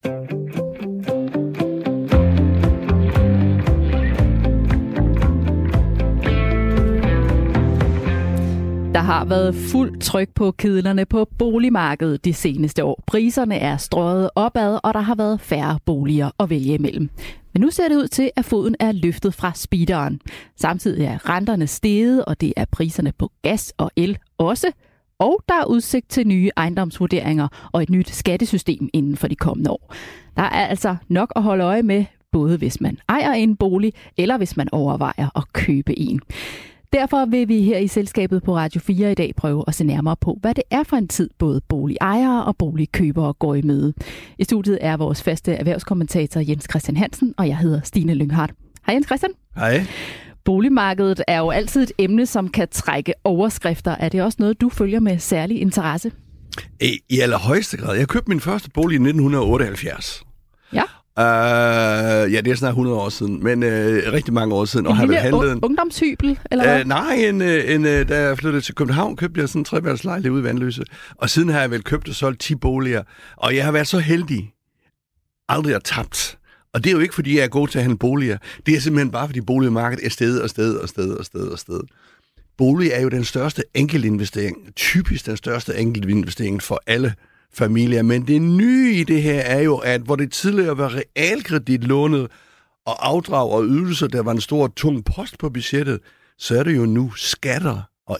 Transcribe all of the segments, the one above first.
Der har været fuld tryk på kedlerne på boligmarkedet de seneste år. Priserne er strøget opad, og der har været færre boliger at vælge imellem. Men nu ser det ud til, at foden er løftet fra speederen. Samtidig er renterne steget, og det er priserne på gas og el også. Og der er udsigt til nye ejendomsvurderinger og et nyt skattesystem inden for de kommende år. Der er altså nok at holde øje med, både hvis man ejer en bolig, eller hvis man overvejer at købe en. Derfor vil vi her i selskabet på Radio 4 i dag prøve at se nærmere på, hvad det er for en tid både boligejere og boligkøbere går i møde. I studiet er vores faste erhvervskommentator Jens Christian Hansen, og jeg hedder Stine Lynghart. Hej Jens Christian. Hej. Boligmarkedet er jo altid et emne, som kan trække overskrifter. Er det også noget, du følger med særlig interesse? I allerhøjeste grad. Jeg købte min første bolig i 1978. Ja. Ja, det er snart 100 år siden, men rigtig mange år siden. En lille ungdomshybel, eller hvad? Nej, da jeg flyttede til København, købte jeg sådan en treværelseslejlighed ude i Vandløse. Og siden har jeg vel købt og solgt 10 boliger. Og jeg har været så heldig, aldrig har tabt. Og det er jo ikke, fordi jeg er god til at handle boliger. Det er simpelthen bare, fordi boligmarkedet er sted. Bolig er jo den største enkeltinvestering, typisk den største enkeltinvestering for alle familier. Men det nye i det her er jo, at hvor det tidligere var realkreditlånet og afdrag og ydelser, der var en stor, tung post på budgettet, så er det jo nu skatter og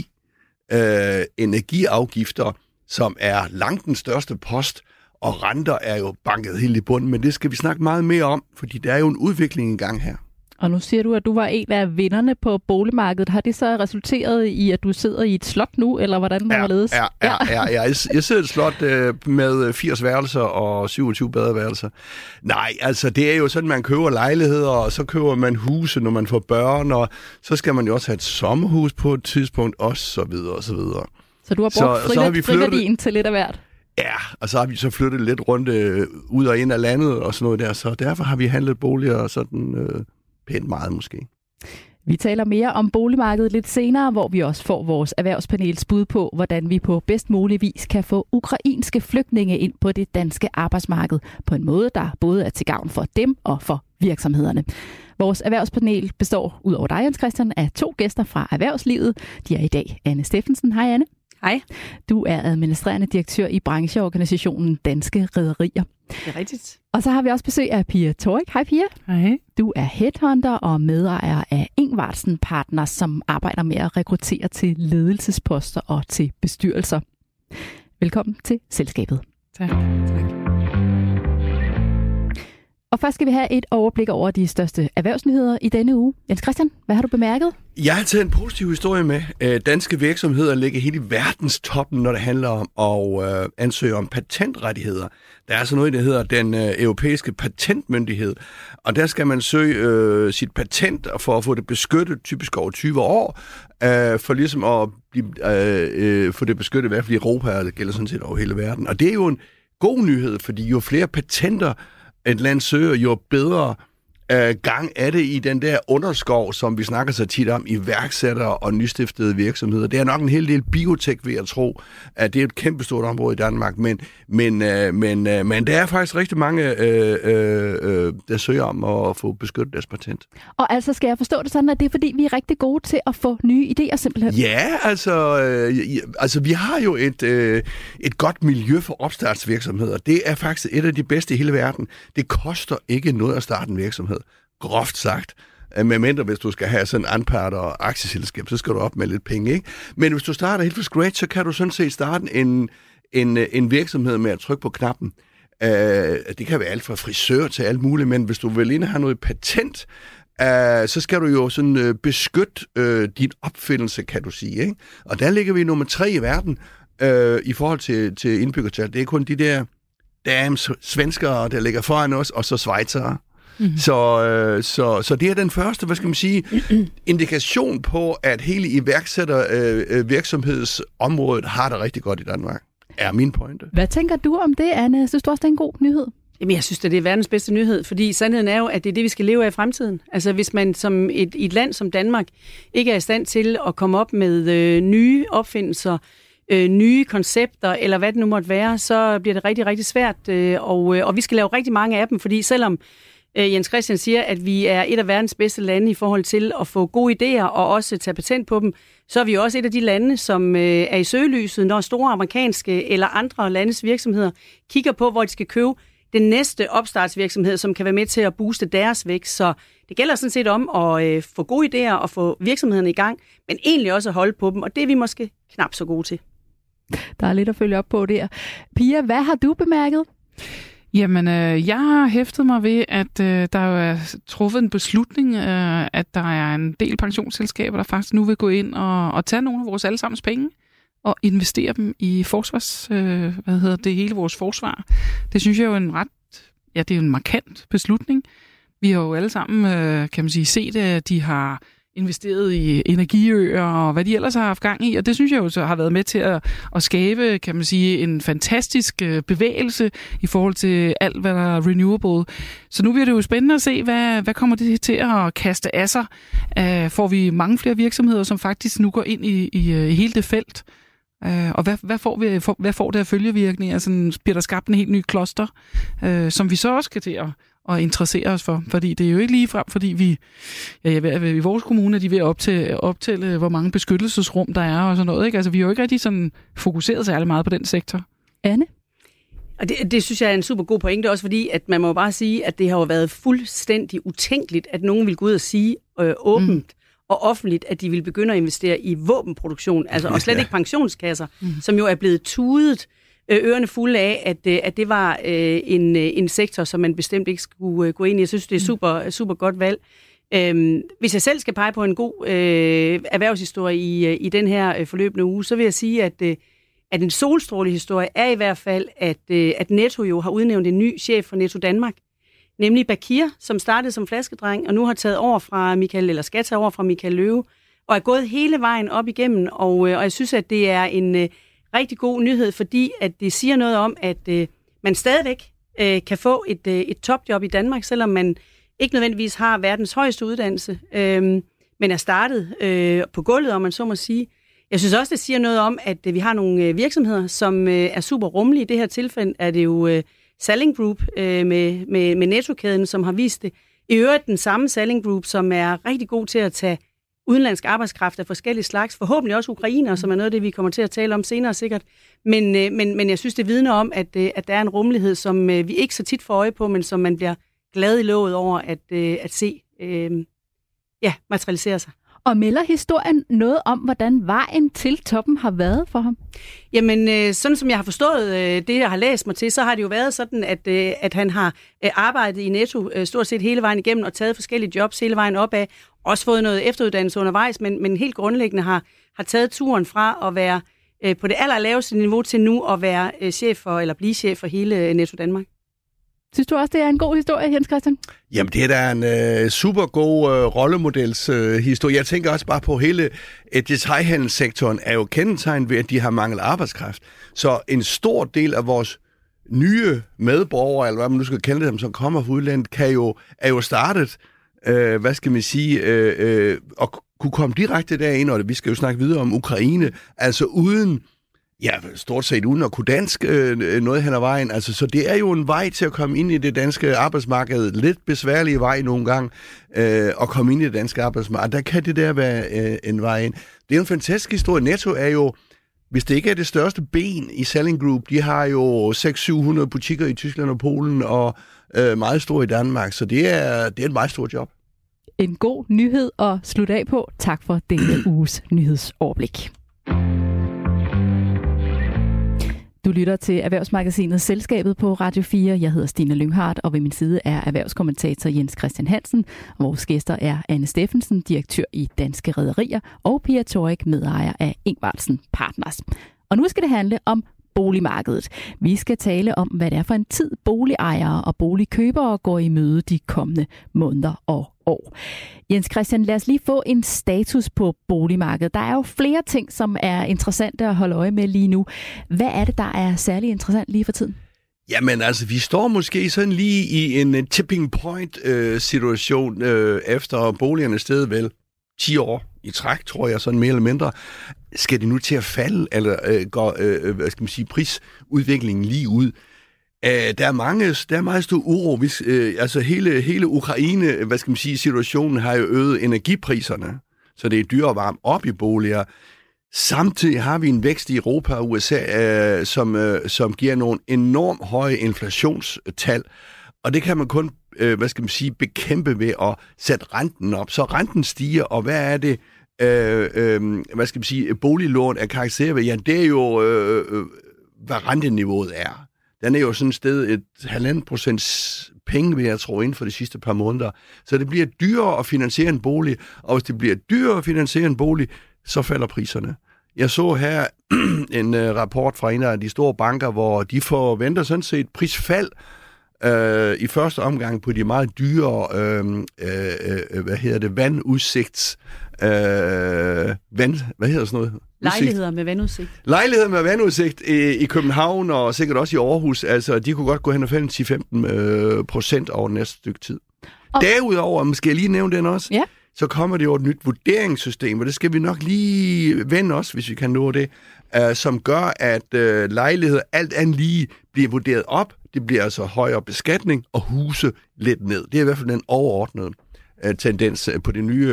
energiafgifter, som er langt den største post, og renter er jo banket helt i bunden. Men det skal vi snakke meget mere om, fordi der er jo en udvikling i gang her. Og nu siger du, at du var en af vinderne på boligmarkedet. Har det så resulteret i, at du sidder i et slot nu, eller hvordan det var ledes? Ja. Jeg sidder i et slot med 80 værelser og 27 badeværelser. Nej, altså det er jo sådan, man køber lejligheder, og så køber man huse, når man får børn, og så skal man jo også have et sommerhus på et tidspunkt, og så videre, og så videre. Så du har brugt friværdien til lidt af hvert? Ja, og så har vi så flyttet lidt rundt ud og ind af landet og sådan noget der, så derfor har vi handlet boliger sådan pænt meget måske. Vi taler mere om boligmarkedet lidt senere, hvor vi også får vores erhvervspanels bud på, hvordan vi på bedst mulig vis kan få ukrainske flygtninge ind på det danske arbejdsmarked på en måde, der både er til gavn for dem og for virksomhederne. Vores erhvervspanel består, ud over dig, Jens Christian, af 2 gæster fra erhvervslivet. De er i dag Anne Steffensen. Hej Anne. Hej. Du er administrerende direktør i brancheorganisationen Danske Rederier. Det er rigtigt. Og så har vi også besøg af Pia Torik. Hej Pia. Hej. Du er headhunter og medejer af Ingvartsen Partners, som arbejder med at rekruttere til ledelsesposter og til bestyrelser. Velkommen til selskabet. Tak. Og først skal vi have et overblik over de største erhvervsnyheder i denne uge. Jens Christian, hvad har du bemærket? Jeg har taget en positiv historie med. Danske virksomheder ligger helt i verdenstoppen, når det handler om at ansøge om patentrettigheder. Der er altså noget, der hedder den europæiske patentmyndighed, og der skal man søge sit patent for at få det beskyttet, typisk over 20 år, for ligesom at få det beskyttet i hvert fald i Europa, og det gælder sådan set over hele verden. Og det er jo en god nyhed, fordi jo flere patenter et land søger, jo bedre gang er det i den der underskov, som vi snakker så tit om, iværksættere og nystiftede virksomheder. Det er nok en hel del biotech, vil jeg tro, at det er et kæmpestort område i Danmark, men der er faktisk rigtig mange, der søger om at få beskyttet deres patent. Og altså skal jeg forstå det sådan, at det er fordi, vi er rigtig gode til at få nye idéer simpelthen? Ja, altså vi har jo et godt miljø for opstartsvirksomheder. Det er faktisk et af de bedste i hele verden. Det koster ikke noget at starte en virksomhed. Groft sagt. Medmindre hvis du skal have sådan en anpart og aktieselskab, så skal du op med lidt penge, ikke? Men hvis du starter helt fra scratch, så kan du sådan set starte en virksomhed med at trykke på knappen. Det kan være alt fra frisør til alt muligt, men hvis du vil ind og have noget patent, så skal du jo sådan beskytte din opfindelse, kan du sige, ikke? Og der ligger vi nummer 3 i verden i forhold til indbyggertal. Det er kun de der svenskere, der ligger foran os, og så schweizere. Mm-hmm. Så det er den første, hvad skal man sige, indikation på, at hele iværksættervirksomhedsområdet har det rigtig godt i Danmark, er min pointe. Hvad tænker du om det, Anne? Synes du også, det er en god nyhed? Jamen, jeg synes, det er verdens bedste nyhed, fordi sandheden er jo, at det er det, vi skal leve af i fremtiden. Altså, hvis man som et land som Danmark ikke er i stand til at komme op med nye opfindelser, nye koncepter, eller hvad det nu måtte være, så bliver det rigtig, rigtig svært. Og vi skal lave rigtig mange af dem, fordi selvom Jens Christian siger, at vi er et af verdens bedste lande i forhold til at få gode idéer og også tage patent på dem, så er vi også et af de lande, som er i søgelyset, når store amerikanske eller andre landes virksomheder kigger på, hvor de skal købe den næste opstartsvirksomhed, som kan være med til at booste deres vækst. Så det gælder sådan set om at få gode idéer og få virksomhederne i gang, men egentlig også at holde på dem, og det er vi måske knap så gode til. Der er lidt at følge op på der. Pia, hvad har du bemærket? Jamen, jeg har hæftet mig ved, at der jo er truffet en beslutning, at der er en del pensionsselskaber, der faktisk nu vil gå ind og tage nogle af vores allesammens penge og investere dem i hele vores forsvar. Det synes jeg jo er det er en markant beslutning. Vi har jo alle sammen, kan man sige, set, at de har investeret i energiøer og hvad de ellers har haft gang i, og det synes jeg jo så har været med til at skabe, kan man sige, en fantastisk bevægelse i forhold til alt, hvad der er renewable. Så nu bliver det jo spændende at se, hvad kommer det til at kaste af sig. Får vi mange flere virksomheder, som faktisk nu går ind i hele det felt? Og hvad får det af følgevirkninger? Sådan bliver der skabt en helt ny kloster, som vi så også skal til at interessere os for. Fordi det er jo ikke lige frem, fordi vi i vores kommune er de ved at optælle, hvor mange beskyttelsesrum der er og sådan noget. Ikke? Altså, vi er jo ikke rigtig sådan fokuseret særlig meget på den sektor. Anne? Og det synes jeg er en super god pointe, også fordi, at man må bare sige, at det har jo været fuldstændig utænkeligt, at nogen vil gå ud og sige åbent og offentligt, at de vil begynde at investere i våbenproduktion, altså og slet ikke pensionskasser, som jo er blevet tudet ørerne fulde af, at det var en sektor, som man bestemt ikke skulle gå ind i. Jeg synes, det er super godt valg. Hvis jeg selv skal pege på en god erhvervshistorie i den her forløbende uge, så vil jeg sige, at en solstrålehistorie er i hvert fald, at Netto jo har udnævnt en ny chef for Netto Danmark, nemlig Bakir, som startede som flaskedreng, og nu har taget over fra skal tage over fra Michael Løve, og er gået hele vejen op igennem, og jeg synes, at det er en rigtig god nyhed, fordi at det siger noget om, at man stadigvæk kan få et topjob i Danmark, selvom man ikke nødvendigvis har verdens højeste uddannelse, men er startet på gulvet, om man så må sige. Jeg synes også, det siger noget om, at vi har nogle virksomheder, som er super rummelige. I det her tilfælde er det jo Salling Group med Netto-kæden, som har vist det. I øvrigt den samme Salling Group, som er rigtig god til at tage udenlandsk arbejdskraft af forskellige slags, forhåbentlig også ukrainere, som er noget af det, vi kommer til at tale om senere sikkert. Men jeg synes, det vidner om, at der er en rummelighed, som vi ikke så tit får øje på, men som man bliver glad i låget over at se materialisere sig. Og melder historien noget om, hvordan vejen til toppen har været for ham? Jamen, sådan som jeg har forstået det, jeg har læst mig til, så har det jo været sådan, at han har arbejdet i Netto stort set hele vejen igennem og taget forskellige jobs hele vejen opad. Også fået noget efteruddannelse undervejs, men helt grundlæggende har taget turen fra at være på det allerlaveste niveau til nu at være chef for, eller blive chef for hele Netto Danmark. Synes du også, det er en god historie, Jens Christian? Jamen, det er da en super god rollemodelshistorie. Jeg tænker også bare på hele detailhandelssektoren er jo kendetegnet ved, at de har manglet arbejdskraft. Så en stor del af vores nye medborgere, eller hvad man nu skal kalde dem, som kommer fra udlandet, er jo startet, og kunne komme direkte derind, og vi skal jo snakke videre om Ukraine, altså stort set uden at kunne dansk noget hen ad vejen. Altså, så det er jo en vej til at komme ind i det danske arbejdsmarked. Lidt besværlig vej nogle gange at komme ind i det danske arbejdsmarked. Der kan det der være en vej ind. Det er en fantastisk historie. Netto er jo, hvis det ikke er det største ben i Salling Group, de har jo 600-700 butikker i Tyskland og Polen, og meget store i Danmark. Så det er et meget stort job. En god nyhed at slutte af på. Tak for denne uges nyhedsoverblik. Du lytter til Erhvervsmagasinet Selskabet på Radio 4. Jeg hedder Stine Lynghardt, og ved min side er erhvervskommentator Jens Christian Hansen. Vores gæster er Anne Steffensen, direktør i Danske Rederier, og Pia Torik, medejer af Ingvardsen Partners. Og nu skal det handle om boligmarkedet. Vi skal tale om, hvad det er for en tid boligejere og boligkøbere går i møde de kommende måneder og år. Jens Christian, lad os lige få en status på boligmarkedet. Der er jo flere ting, som er interessante at holde øje med lige nu. Hvad er det, der er særlig interessant lige for tiden? Jamen altså, vi står måske sådan lige i en tipping point situation efter boligerne steget vel 10 år i træk, tror jeg, sådan mere eller mindre. skal det nu til at falde, eller går prisudviklingen lige ud? Der er meget stor uro. Altså hele Ukraine, situationen har jo øget energipriserne, så det er dyrere at varme op i boliger. Samtidig har vi en vækst i Europa og USA, som giver nogle enormt høje inflationstal, og det kan man kun bekæmpe ved at sætte renten op. Så renten stiger, og hvad er det, boliglån er karakteriseret ved? Ja, det er jo, hvad renteniveauet er. Den er jo sådan et sted 1,5% penge, vil jeg tro, inden for de sidste par måneder. Så det bliver dyrere at finansiere en bolig, og hvis det bliver dyrere at finansiere en bolig, så falder priserne. Jeg så her en rapport fra en af de store banker, hvor de forventer sådan set prisfald i første omgang på de meget dyre vandudsigts hvad hedder sådan noget? Lejligheder med vandudsigt. Lejligheder med vandudsigt i København og sikkert også i Aarhus. Altså, de kunne godt gå hen og falde 10-15% over næste stykke tid. Derudover, måske jeg lige nævne den også, ja. Så kommer det jo et nyt vurderingssystem, og det skal vi nok lige vende os, hvis vi kan nå det, som gør, at lejligheder alt andet lige bliver vurderet op. Det bliver altså højere beskatning og huse lidt ned. Det er i hvert fald den overordnede tendens på det nye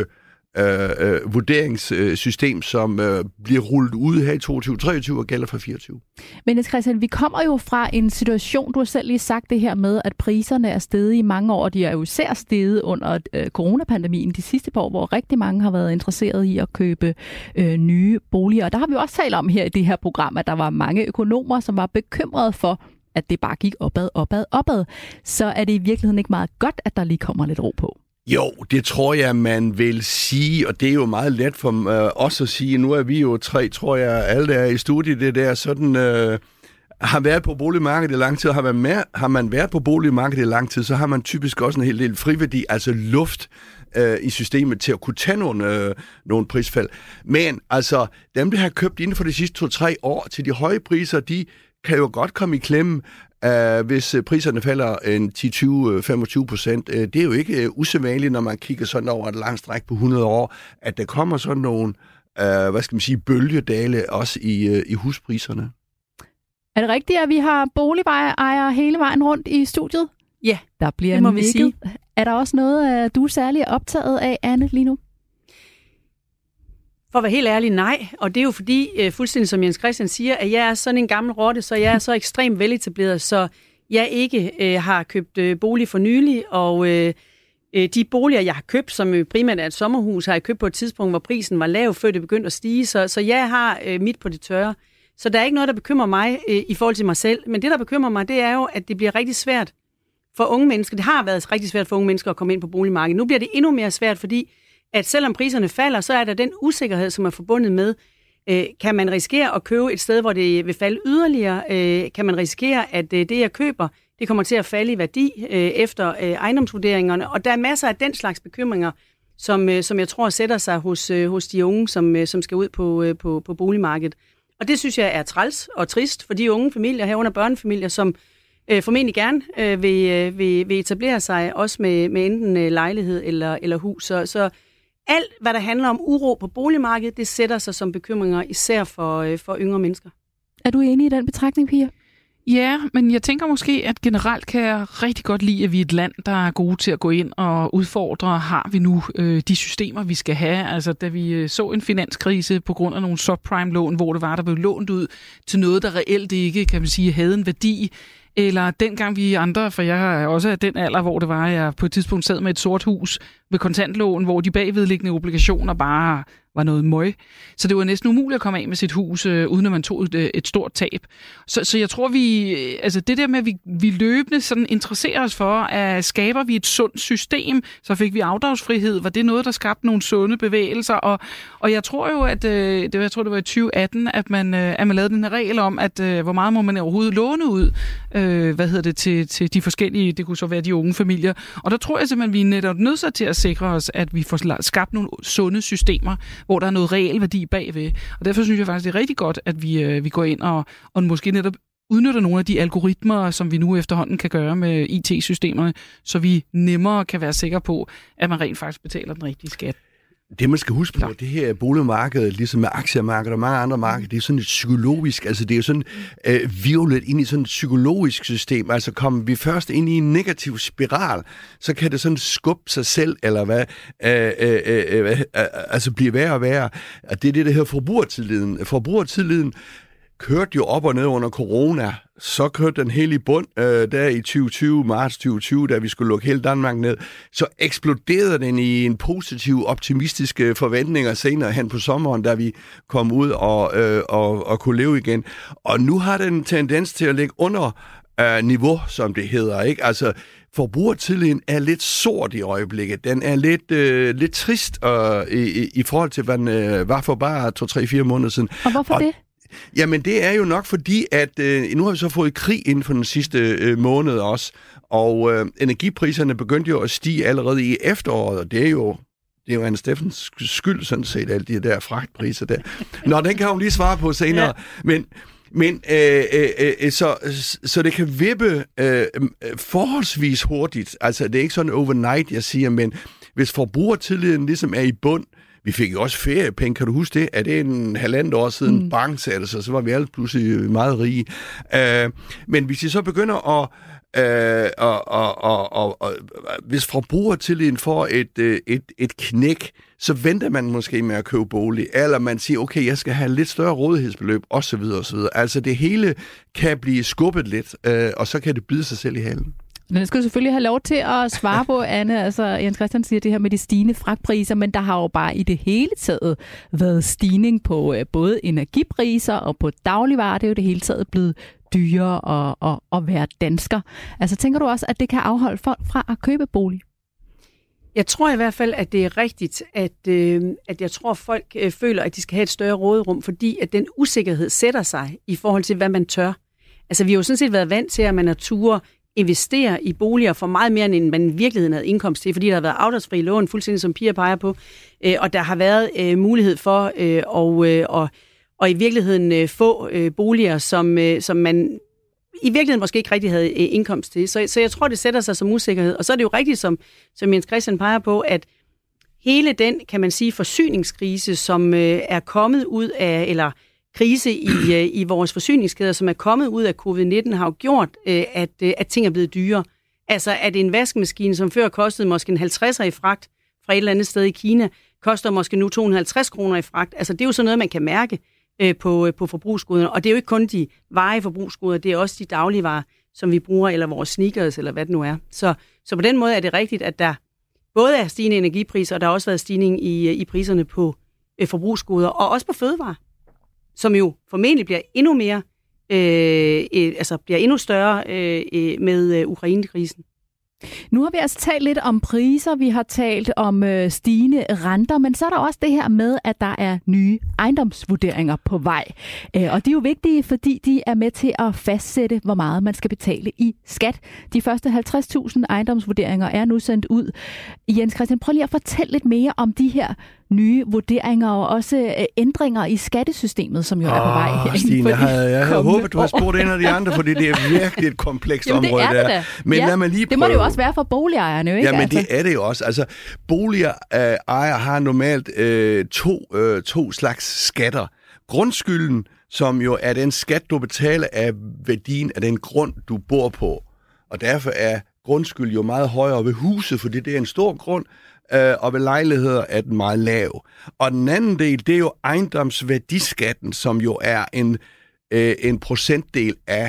vurderingssystem, som bliver rullet ud her i 2023 og gælder fra 2024. Men Niels Christian, vi kommer jo fra en situation, du har selv lige sagt det her med, at priserne er steget i mange år, og de er jo især steget under coronapandemien de sidste par år, hvor rigtig mange har været interesseret i at købe nye boliger. Og der har vi jo også talt om her i det her program, at der var mange økonomer, som var bekymrede for, at det bare gik opad. Så er det i virkeligheden ikke meget godt, at der lige kommer lidt ro på. Jo, det tror jeg, man vil sige, og det er jo meget let for os at sige. Nu er vi jo 3, tror jeg, alle der er i studiet, det der sådan, har været på boligmarkedet i lang tid. Har man været på boligmarkedet i lang tid, så har man typisk også en hel del friværdi, altså luft i systemet til at kunne tage nogle prisfald. Men altså, dem, der har købt inden for de sidste 2-3 år til de høje priser, de kan jo godt komme i klemme, hvis priserne falder en 10-20-25%. Det er jo ikke usædvanligt, når man kigger sådan over et langt stræk på 100 år, at der kommer sådan nogle, bølgedale også i huspriserne. Er det rigtigt, at vi har boligejere hele vejen rundt i studiet? Ja, der bliver det må vi sige. Er der også noget, du er særlig optaget af, Anne, lige nu? For at være helt ærlig, nej. Og det er jo fordi, fuldstændig som Jens Christian siger, at jeg er sådan en gammel rotte, så jeg er så ekstremt veletableret, så jeg ikke har købt bolig for nylig. Og de boliger, jeg har købt, som primært er et sommerhus, har jeg købt på et tidspunkt, hvor prisen var lav, før det begyndte at stige. Så jeg har mit på det tørre. Så der er ikke noget, der bekymrer mig i forhold til mig selv. Men det, der bekymrer mig, det er jo, at det bliver rigtig svært for unge mennesker. Det har været rigtig svært for unge mennesker at komme ind på boligmarkedet. Nu bliver det endnu mere svært, fordi at selvom priserne falder, så er der den usikkerhed, som er forbundet med, kan man risikere at købe et sted, hvor det vil falde yderligere? Kan man risikere, at det, jeg køber, det kommer til at falde i værdi efter ejendomsvurderingerne? Og der er masser af den slags bekymringer, som jeg tror sætter sig hos de unge, som skal ud på boligmarkedet. Og det synes jeg er træls og trist for de unge familier, herunder børnefamilier, som formentlig gerne vil etablere sig, også med enten lejlighed eller hus. Så alt, hvad der handler om uro på boligmarkedet, det sætter sig som bekymringer, især for yngre mennesker. Er du enig i den betragtning, Pia? Ja, men jeg tænker måske, at generelt kan jeg rigtig godt lide, at vi er et land, der er gode til at gå ind og udfordre, har vi nu de systemer, vi skal have. Altså, da vi så en finanskrise på grund af nogle subprime-lån, hvor det var, der blev lånt ud til noget, der reelt ikke, kan man sige, havde en værdi, eller dengang vi andre, for jeg er også af den alder, hvor det var, jeg på et tidspunkt sad med et sort hus med kontantlån, hvor de bagvedliggende obligationer bare var noget møg. Så det var næsten umuligt at komme af med sit hus, uden at man tog et stort tab. Så jeg tror, altså det der med, at vi løbende sådan interesserer os for, at skaber vi et sundt system, så fik vi afdragsfrihed. Var det noget, der skabte nogle sunde bevægelser? Og jeg tror jo, at det var i 2018, at man lavede den her regel om, at hvor meget må man overhovedet låne ud, til de forskellige, det kunne så være de unge familier. Og der tror jeg simpelthen, vi er netop nødt til at sikre os, at vi får skabt nogle sunde systemer, hvor der er noget reel værdi bagved. Og derfor synes jeg faktisk, det er rigtig godt, at vi går ind og måske netop udnytter nogle af de algoritmer, som vi nu efterhånden kan gøre med IT-systemerne, så vi nemmere kan være sikre på, at man rent faktisk betaler den rigtige skat. Det, man skal huske på, det her boligmarked, ligesom med aktiemarkedet og mange andre markeder, det er sådan et psykologisk, altså det er sådan virvlet ind i sådan et psykologisk system. Altså kommer vi først ind i en negativ spiral, så kan det sådan skubbe sig selv, eller hvad, altså blive værre og værre. Og det er det, der hedder forbrugertilliden. Forbrugertilliden kørte jo op og ned under corona, så kørte den helt i bund der i 2020, marts 2020, da vi skulle lukke hele Danmark ned. Så eksploderede den i en positiv, optimistisk forventninger senere hen på sommeren, da vi kom ud og kunne leve igen. Og nu har den en tendens til at ligge under niveau, som det hedder, ikke? Altså, forbrugertilliden er lidt sort i øjeblikket. Den er lidt trist i forhold til, hvad den var for bare 2-3-4 måneder siden. Og hvorfor det? Jamen, det er jo nok fordi, at nu har vi så fået krig inden for den sidste måned også, og energipriserne begyndte jo at stige allerede i efteråret, og det er jo Anne Steffensens skyld, sådan set, alle de der fragtpriser der. Nå, den kan hun lige svare på senere. Ja. Men så det kan vippe forholdsvis hurtigt. Altså, det er ikke sådan overnight, jeg siger, men hvis forbrugertilliden ligesom er i bund. Vi fik jo også feriepenge, kan du huske det? Er det en 1,5 år siden banksatte, så var vi alle pludselig meget rige. Men hvis I så begynder hvis forbrugertilliden får et knæk, så venter man måske med at købe bolig, eller man siger, okay, jeg skal have lidt større rådighedsbeløb, osv. osv. Altså det hele kan blive skubbet lidt, og så kan det bide sig selv i halen. Den skal du selvfølgelig have lov til at svare på, Anne. Altså, Jens Christian siger det her med de stigende fragtpriser, men der har jo bare i det hele taget været stigning på både energipriser og på dagligvarer. Det er jo det hele taget blevet dyrere at være dansker. Altså, tænker du også, at det kan afholde folk fra at købe bolig? Jeg tror i hvert fald, at det er rigtigt, at jeg tror, at folk føler, at de skal have et større råderum, fordi at den usikkerhed sætter sig i forhold til, hvad man tør. Altså, vi har jo sådan set været vant til, at man har ture investere i boliger for meget mere, end man i virkeligheden havde indkomst til, fordi der har været afdragsfri lån, fuldstændig som Pia peger på, og der har været mulighed for at i virkeligheden få boliger, som man i virkeligheden måske ikke rigtig havde indkomst til. Så jeg tror, det sætter sig som usikkerhed. Og så er det jo rigtigt, som Jens Christian peger på, at hele den, kan man sige, forsyningskrise, som er kommet ud af, eller krise i vores forsyningskæder, som er kommet ud af covid-19, har jo gjort, at ting er blevet dyre. Altså, at en vaskemaskine, som før kostede måske en 50'er i fragt fra et eller andet sted i Kina, koster måske nu 250 kroner i fragt. Altså, det er jo sådan noget, man kan mærke på forbrugsgoderne. Og det er jo ikke kun de varige forbrugsgoder, det er også de dagligvarer, som vi bruger, eller vores sneakers, eller hvad det nu er. Så på den måde er det rigtigt, at der både er stigende energipriser, og der har også været stigning i priserne på forbrugsgoder, og også på fødevarer, som jo formentlig bliver endnu mere, bliver endnu større med Ukraine-krisen. Nu har vi altså talt lidt om priser, vi har talt om stigende renter, men så er der også det her med, at der er nye ejendomsvurderinger på vej. Og de er jo vigtige, fordi de er med til at fastsætte, hvor meget man skal betale i skat. De første 50.000 ejendomsvurderinger er nu sendt ud. Jens Christian, prøv lige at fortælle lidt mere om de her nye vurderinger og også ændringer i skattesystemet, som jo er på vej. Stine, jeg havde håbet, du har spurgt en af de andre, fordi det er virkelig et komplekst område der. Men lad mig lige prøve. Det må det jo også være for boligejerne, jo ikke? Ja, men det er det jo også. Altså, boligejere har normalt to slags skatter. Grundskylden, som jo er den skat, du betaler af værdien af den grund, du bor på. Og derfor er grundskyld jo meget højere ved huset, fordi det er en stor grund, og ved lejligheder er den meget lav. Og den anden del, det er jo ejendomsværdiskatten, som jo er en procentdel af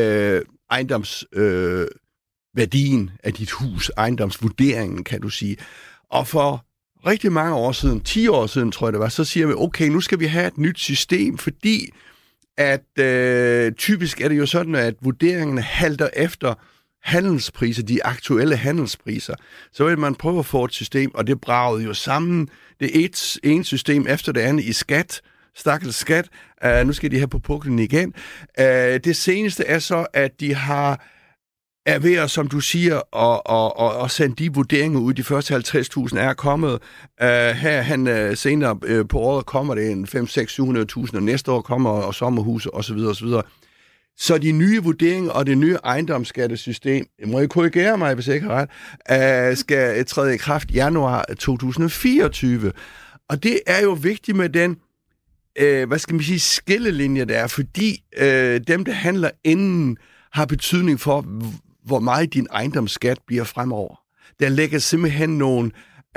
ejendomsværdien af dit hus, ejendomsvurderingen, kan du sige. Og for rigtig mange år siden, 10 år siden, tror jeg det var, så siger vi, okay, nu skal vi have et nyt system, fordi at typisk er det jo sådan, at vurderingerne halter efter handelspriser, de aktuelle handelspriser. Så vil man prøve at få et system, og det bragede jo sammen. Det er et system efter det andet i skat. Stakkels skat. Nu skal de have på puklen igen. Det seneste er så, at de er ved at, som du siger, og sende de vurderinger ud. De første 50.000 er kommet. Senere på året kommer det en 500-700.000, og næste år kommer og sommerhus osv. osv. Så de nye vurderinger og det nye ejendomsskattesystem, må I korrigere mig, hvis jeg ikke har ret, skal træde i kraft januar 2024. Og det er jo vigtigt med den, skillelinje der er, fordi dem, der handler inden, har betydning for, hvor meget din ejendomsskat bliver fremover. Der lægger simpelthen nogle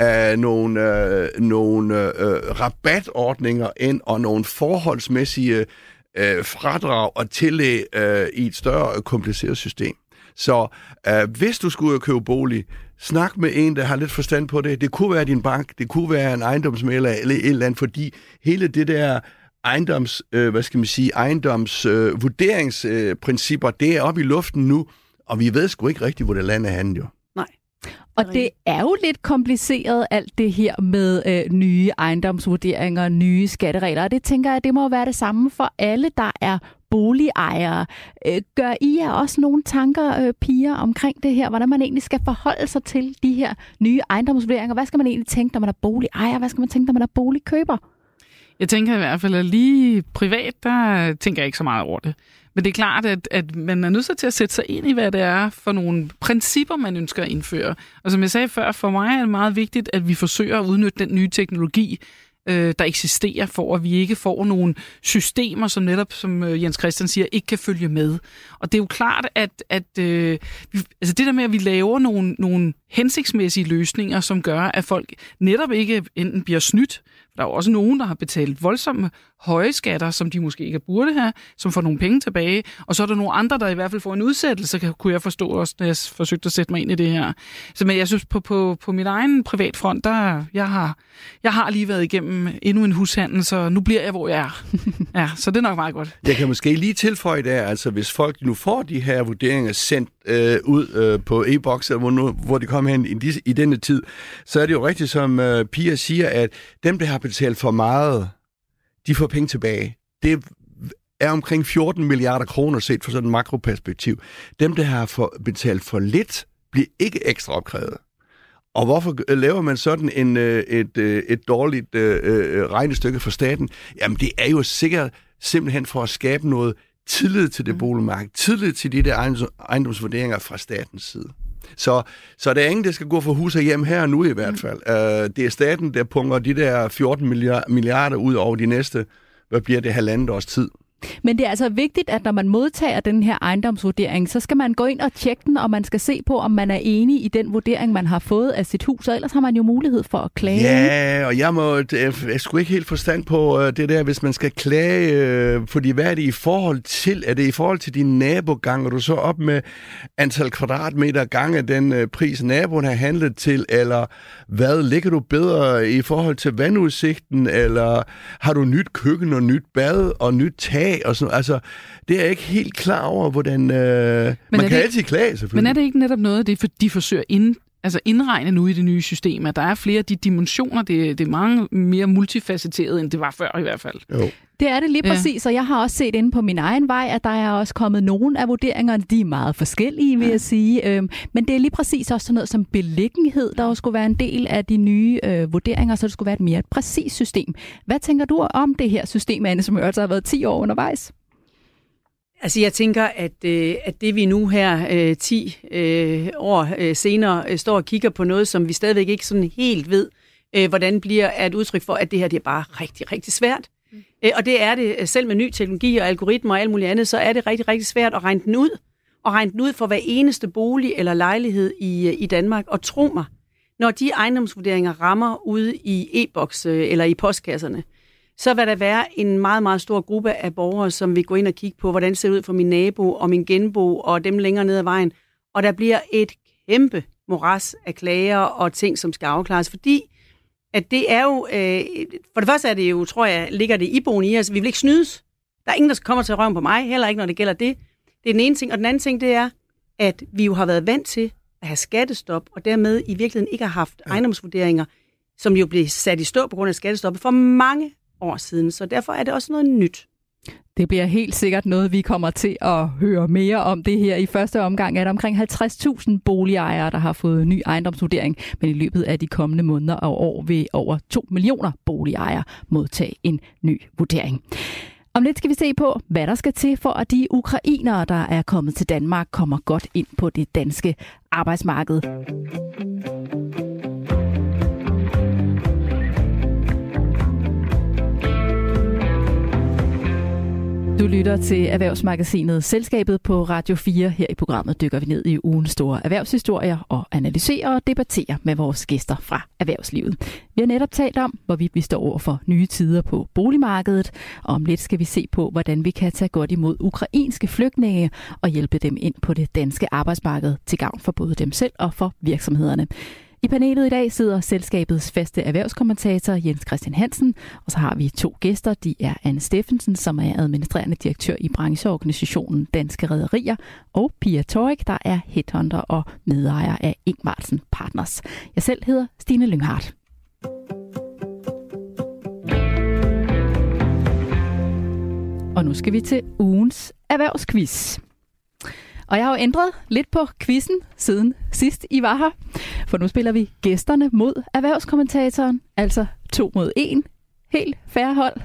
rabatordninger ind, og nogle forholdsmæssige fradrag og tillæg i et større kompliceret system. Så hvis du skulle købe bolig, snak med en, der har lidt forstand på det. Det kunne være din bank, det kunne være en ejendomsmægler eller et eller andet, fordi hele det der ejendomsvurderingsprincipper, det er oppe i luften nu, og vi ved sgu ikke rigtigt, hvor det land er henne, jo. Nej. Og det er jo lidt kompliceret, alt det her med nye ejendomsvurderinger, nye skatteregler. Og det tænker jeg, det må være det samme for alle, der er boligejere. Gør I jer også nogle tanker, piger, omkring det her? Hvordan man egentlig skal forholde sig til de her nye ejendomsvurderinger? Hvad skal man egentlig tænke, når man er boligejer? Hvad skal man tænke, når man er boligkøber? Jeg tænker i hvert fald, at lige privat, der tænker jeg ikke så meget over det. Men det er klart, at man er nødt til at sætte sig ind i, hvad det er for nogle principper, man ønsker at indføre. Og som jeg sagde før, for mig er det meget vigtigt, at vi forsøger at udnytte den nye teknologi, der eksisterer, for at vi ikke får nogle systemer, som netop, som Jens Christian siger, ikke kan følge med. Og det er jo klart, at det der med, at vi laver nogle hensigtsmæssige løsninger, som gør, at folk netop ikke enten bliver snydt. Der er jo også nogen, der har betalt voldsomme høje skatter, som de måske ikke burde have, som får nogle penge tilbage. Og så er der nogle andre, der i hvert fald får en udsættelse, kunne jeg forstå også, da jeg forsøgte at sætte mig ind i det her. Så men jeg synes, på min egen privatfront, der jeg har lige været igennem endnu en hushandel, så nu bliver jeg, hvor jeg er. Ja, så det er nok meget godt. Jeg kan måske lige tilføje der, altså hvis folk nu får de her vurderinger sendt ud på e-boks, hvor de kommer hen i denne tid, så er det jo rigtigt, som Pia siger, at dem, der har betalt for meget, de får penge tilbage. Det er omkring 14 milliarder kroner set fra sådan et makroperspektiv. Dem, der har betalt for lidt, bliver ikke ekstra opkrævet. Og hvorfor laver man sådan et dårligt regnestykke for staten? Jamen, det er jo sikkert simpelthen for at skabe noget tillid til det boligmarked, tillid til de der ejendomsvurderinger fra statens side. Så der er ingen, der skal gå for hus og hjem her og nu i hvert fald. Det er staten, der punker de der 14 milliarder ud over de næste, hvad bliver det, 1,5 års tid. Men det er altså vigtigt, at når man modtager den her ejendomsvurdering, så skal man gå ind og tjekke den, og man skal se på, om man er enig i den vurdering, man har fået af sit hus, og ellers har man jo mulighed for at klage. Ja, og jeg skulle ikke helt forstand på det der, hvis man skal klage, fordi hvad er det i forhold til? Er det i forhold til din nabogang, og du så op med antal kvadratmeter gange den pris, naboen har handlet til, eller hvad? Ligger du bedre i forhold til vandudsigten, eller har du nyt køkken og nyt bad og nyt tag? Og sådan, altså, det er jeg ikke helt klar over, hvordan... man kan altid klage, selvfølgelig. Men er det ikke netop noget af det, de forsøger indregne nu i det nye system, at der er flere af de dimensioner, det er meget mere multifacetteret, end det var før i hvert fald. Jo. Det er det lige præcis, og jeg har også set inde på min egen vej, at der er også kommet nogle af vurderingerne, de er meget forskellige, vil jeg sige. Men det er lige præcis også sådan noget som beliggenhed, der skulle være en del af de nye vurderinger, så det skulle være et mere præcist system. Hvad tænker du om det her system, Anne, som også har været 10 år undervejs? Altså jeg tænker, at det vi nu her 10 år senere står og kigger på noget, som vi stadigvæk ikke sådan helt ved, hvordan bliver, er et udtryk for, at det her det er bare rigtig, rigtig svært. Og det er det, selv med ny teknologi og algoritmer og alt muligt andet, så er det rigtig, rigtig svært at regne den ud. Og regne den ud for hver eneste bolig eller lejlighed i Danmark. Og tro mig, når de ejendomsvurderinger rammer ude i e-boks eller i postkasserne, så vil der være en meget, meget stor gruppe af borgere, som vil gå ind og kigge på, hvordan det ser ud for min nabo og min genbo og dem længere ned ad vejen. Og der bliver et kæmpe moras af klager og ting, som skal afklares, fordi at det er jo, for det første er det jo, tror jeg, ligger det iboende i os, vi vil ikke snydes. Der er ingen, der kommer til røven på mig, heller ikke, når det gælder det. Det er den ene ting. Og den anden ting, det er, at vi jo har været vant til at have skattestop, og dermed i virkeligheden ikke har haft ejendomsvurderinger, som jo blev sat i stå på grund af skattestoppet for mange år siden. Så derfor er det også noget nyt. Det bliver helt sikkert noget, vi kommer til at høre mere om det her. I første omgang er der omkring 50.000 boligejere, der har fået ny ejendomsvurdering, men i løbet af de kommende måneder og år vil over 2 millioner boligejere modtage en ny vurdering. Om lidt skal vi se på, hvad der skal til for, at de ukrainere, der er kommet til Danmark, kommer godt ind på det danske arbejdsmarked. Du lytter til Erhvervsmagasinet Selskabet på Radio 4. Her i programmet dykker vi ned i ugens store erhvervshistorier og analyserer og debatterer med vores gæster fra erhvervslivet. Vi har netop talt om, hvorvidt vi står over for nye tider på boligmarkedet, og om lidt skal vi se på, hvordan vi kan tage godt imod ukrainske flygtninge og hjælpe dem ind på det danske arbejdsmarked til gavn for både dem selv og for virksomhederne. I panelet i dag sidder selskabets faste erhvervskommentator Jens Christian Hansen, og så har vi 2 gæster. De er Anne Steffensen, som er administrerende direktør i brancheorganisationen Danske Rederier, og Pia Torik, der er headhunter og medejer af Ingvartsen Partners. Jeg selv hedder Stine Lynghardt. Og nu skal vi til ugens erhvervsquiz. Og jeg har jo ændret lidt på quizzen siden sidst I var her. For nu spiller vi gæsterne mod erhvervskommentatoren. Altså 2 mod 1. Helt fair hold.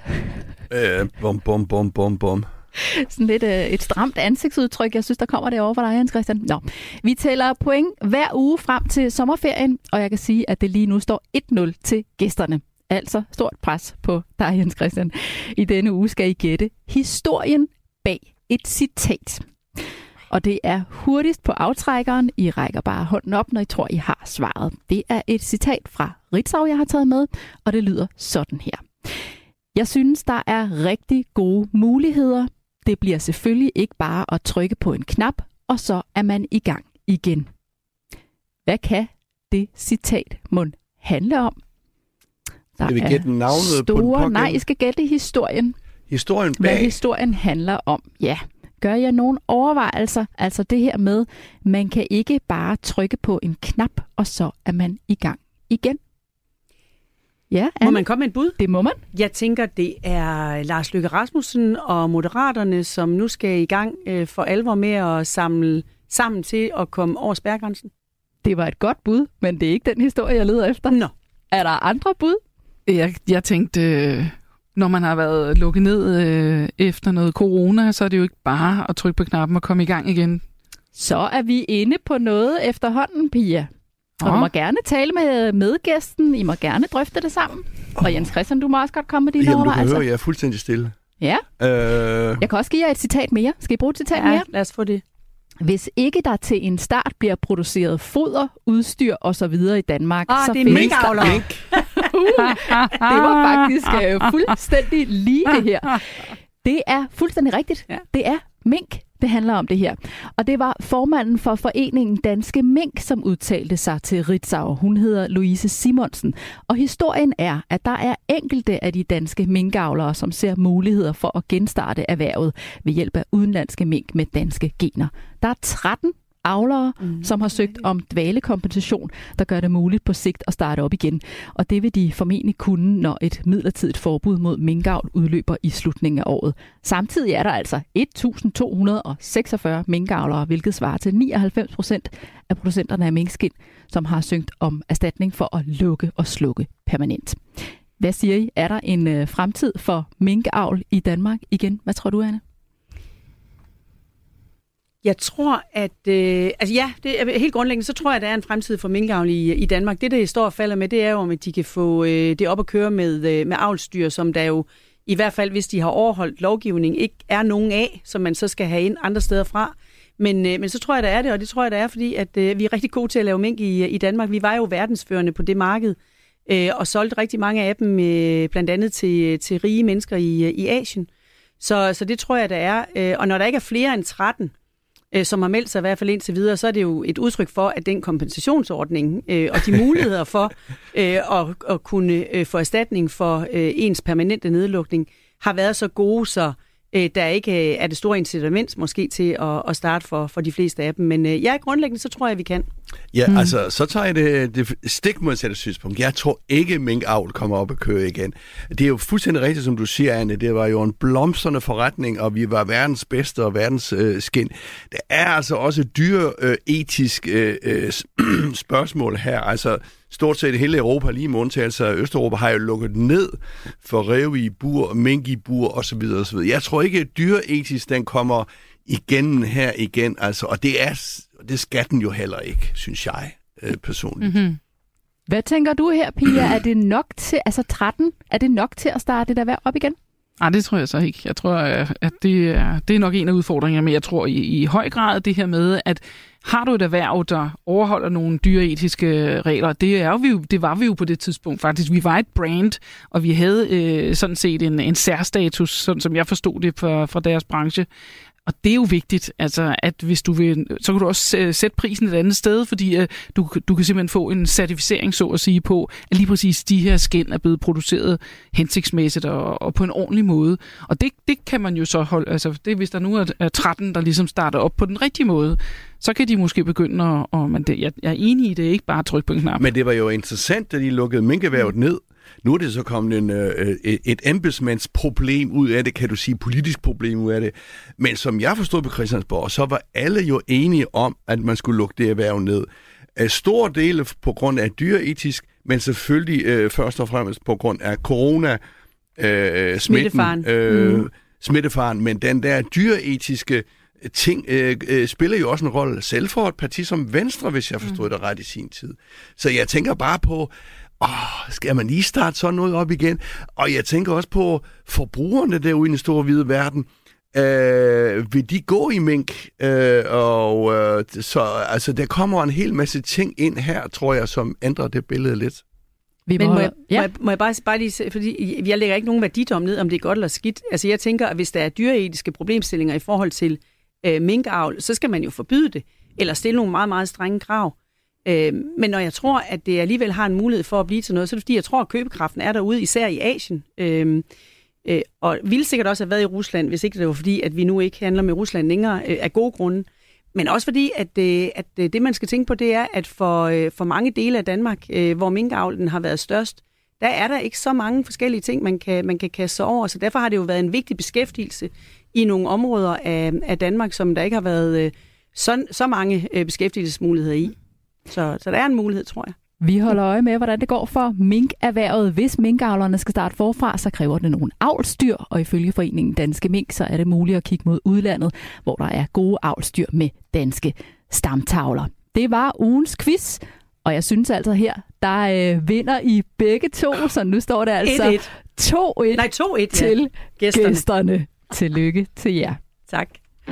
Bum. Sådan lidt et stramt ansigtsudtryk. Jeg synes, der kommer det over for dig, Jens Christian. Nå, vi tæller point hver uge frem til sommerferien. Og jeg kan sige, at det lige nu står 1-0 til gæsterne. Altså stort pres på dig, Jens Christian. I denne uge skal I gætte historien bag et citat. Og det er hurtigst på aftrækkeren. I rækker bare hånden op, når I tror, I har svaret. Det er et citat fra Ritzau, jeg har taget med, og det lyder sådan her. Jeg synes, der er rigtig gode muligheder. Det bliver selvfølgelig ikke bare at trykke på en knap, og så er man i gang igen. Hvad kan det citat mon handle om? Der skal vi gætte navnet på den pågældende? Nej, I skal gætte historien. Historien bag? Hvad historien handler om, ja. Gør jeg nogle overvejelser? Altså det her med, man kan ikke bare trykke på en knap, og så er man i gang igen. Ja, Anne? Må man komme med et bud? Det må man. Jeg tænker, det er Lars Løkke Rasmussen og Moderaterne, som nu skal i gang for alvor med at samle sammen til at komme over spærregrænsen. Det var et godt bud, men det er ikke den historie, jeg leder efter. Nå. Er der andre bud? Jeg tænkte, når man har været lukket ned efter noget corona, så er det jo ikke bare at trykke på knappen og komme i gang igen. Så er vi inde på noget efterhånden, Pia. Og du må gerne tale med medgæsten. I må gerne drøfte det sammen. Og Jens Christian, du må også godt komme med dine overvejelser. Jamen, du kan høre, jeg er fuldstændig stille. Ja. Jeg kan også give jer et citat mere. Skal I bruge et citat mere? Lad os få det. Hvis ikke der til en start bliver produceret foder, udstyr og så videre i Danmark, så det er minkavler. Det var faktisk fuldstændig lige det her. Det er fuldstændig rigtigt. Ja. Det er mink, det handler om det her. Og det var formanden for foreningen Danske Mink, som udtalte sig til Ritzau. Hun hedder Louise Simonsen. Og historien er, at der er enkelte af de danske minkavlere, som ser muligheder for at genstarte erhvervet ved hjælp af udenlandske mink med danske gener. Der er 13 avlere, som har søgt om dvalekompensation, der gør det muligt på sigt at starte op igen. Og det vil de formentlig kunne, når et midlertidigt forbud mod minkavl udløber i slutningen af året. Samtidig er der altså 1.246 minkavlere, hvilket svarer til 99% af producenterne af minkskind, som har søgt om erstatning for at lukke og slukke permanent. Hvad siger I? Er der en fremtid for minkavl i Danmark igen? Hvad tror du, Anne? Jeg tror, at det er helt grundlæggende, så tror jeg, at der er en fremtid for minkavl i Danmark. Det står og falder med, det er jo, om at de kan få det op at køre med avlsdyr, som der jo i hvert fald, hvis de har overholdt lovgivning, ikke er nogen af, som man så skal have ind andre steder fra. Men så tror jeg, der er det, og det tror jeg, der er, fordi at vi er rigtig gode til at lave mink i Danmark. Vi var jo verdensførende på det marked, og solgte rigtig mange af dem, blandt andet til rige mennesker i Asien. Så det tror jeg, der er. Og når der ikke er flere end 13, som har meldt sig i hvert fald indtil videre, så er det jo et udtryk for, at den kompensationsordning og de muligheder for at kunne få erstatning for ens permanente nedlukning har været så gode, så der ikke er det store incitament måske til at starte for de fleste af dem. Men grundlæggende, så tror jeg, vi kan. Ja, altså, så tager jeg det stik modsatte synspunkt. Jeg tror ikke, minkavl kommer op at køre igen. Det er jo fuldstændig rigtigt, som du siger, Anne. Det var jo en blomstrende forretning, og vi var verdens bedste og verdens skind. Der er altså også dyreetisk spørgsmål her. Altså, stort set hele Europa, lige med undtagelse af Østeuropa, har jo lukket ned for ræve i bur, mink i bur osv. osv. Jeg tror ikke, at dyreetisk, den kommer igen, altså, og det skal den jo heller ikke, synes jeg personligt. Mm-hmm. Hvad tænker du her, Pia? Er det nok til, altså 13, er det nok til at starte det erhverv op igen? Nej, det tror jeg så ikke. Jeg tror, at det er nok en af udfordringerne, men jeg tror i høj grad det her med, at har du et erhverv, der overholder nogle dyreetiske regler, det var vi jo på det tidspunkt faktisk. Vi var et brand, og vi havde sådan set en særstatus, sådan som jeg forstod det fra deres branche. Og det er jo vigtigt, altså, at hvis du vil, så kan du også sætte prisen et andet sted, fordi du kan simpelthen få en certificering, så at sige, på, at lige præcis de her skind er blevet produceret hensigtsmæssigt og på en ordentlig måde. Og det kan man jo så holde, altså det, hvis der nu er 13, der ligesom starter op på den rigtige måde, så kan de måske begynde jeg er enig i det, ikke bare at trykke på en knap. Men det var jo interessant, da de lukkede minkerhvervet ned. Nu er det så kommet et embedsmandsproblem ud af det, kan du sige, politisk problem ud af det. Men som jeg forstod på Christiansborg, så var alle jo enige om, at man skulle lukke det erhverv ned. Stor dele på grund af dyreetisk, men selvfølgelig først og fremmest på grund af corona-smitten, smittefaren. Men den der dyreetiske ting spiller jo også en rolle. Selv for et parti som Venstre, hvis jeg forstod det ret i sin tid. Så jeg tænker bare på, skal man lige starte sådan noget op igen? Og jeg tænker også på forbrugerne derude i den store hvide verden. Vil de gå i mink? Så altså, der kommer en hel masse ting ind her, tror jeg, som ændrer det billede lidt. Må jeg bare lige, fordi jeg lægger ikke nogen værdidom ned, om det er godt eller skidt. Altså jeg tænker, at hvis der er dyreetiske problemstillinger i forhold til minkavl, så skal man jo forbyde det, eller stille nogle meget, meget strenge krav. Men når jeg tror, at det alligevel har en mulighed for at blive til noget, så er det fordi, jeg tror, at købekraften er derude, især i Asien. Og ville sikkert også have været i Rusland, hvis ikke det var fordi, at vi nu ikke handler med Rusland længere af gode grunde. Men også fordi, at det man skal tænke på, det er, at for mange dele af Danmark, hvor minkavlen har været størst, der er der ikke så mange forskellige ting, man kan kaste sig over. Så derfor har det jo været en vigtig beskæftigelse i nogle områder af Danmark, som der ikke har været så mange beskæftigelsesmuligheder i. Så der er en mulighed, tror jeg. Vi holder øje med, hvordan det går for minkerhvervet. Hvis minkavlerne skal starte forfra, så kræver det nogle avlsdyr, og ifølge foreningen Danske Mink, så er det muligt at kigge mod udlandet, hvor der er gode avlsdyr med danske stamtavler. Det var ugens quiz, og jeg synes altså her, der vinder I begge to, så nu står det altså 2-1 til gæsterne. Tillykke til jer. Tak.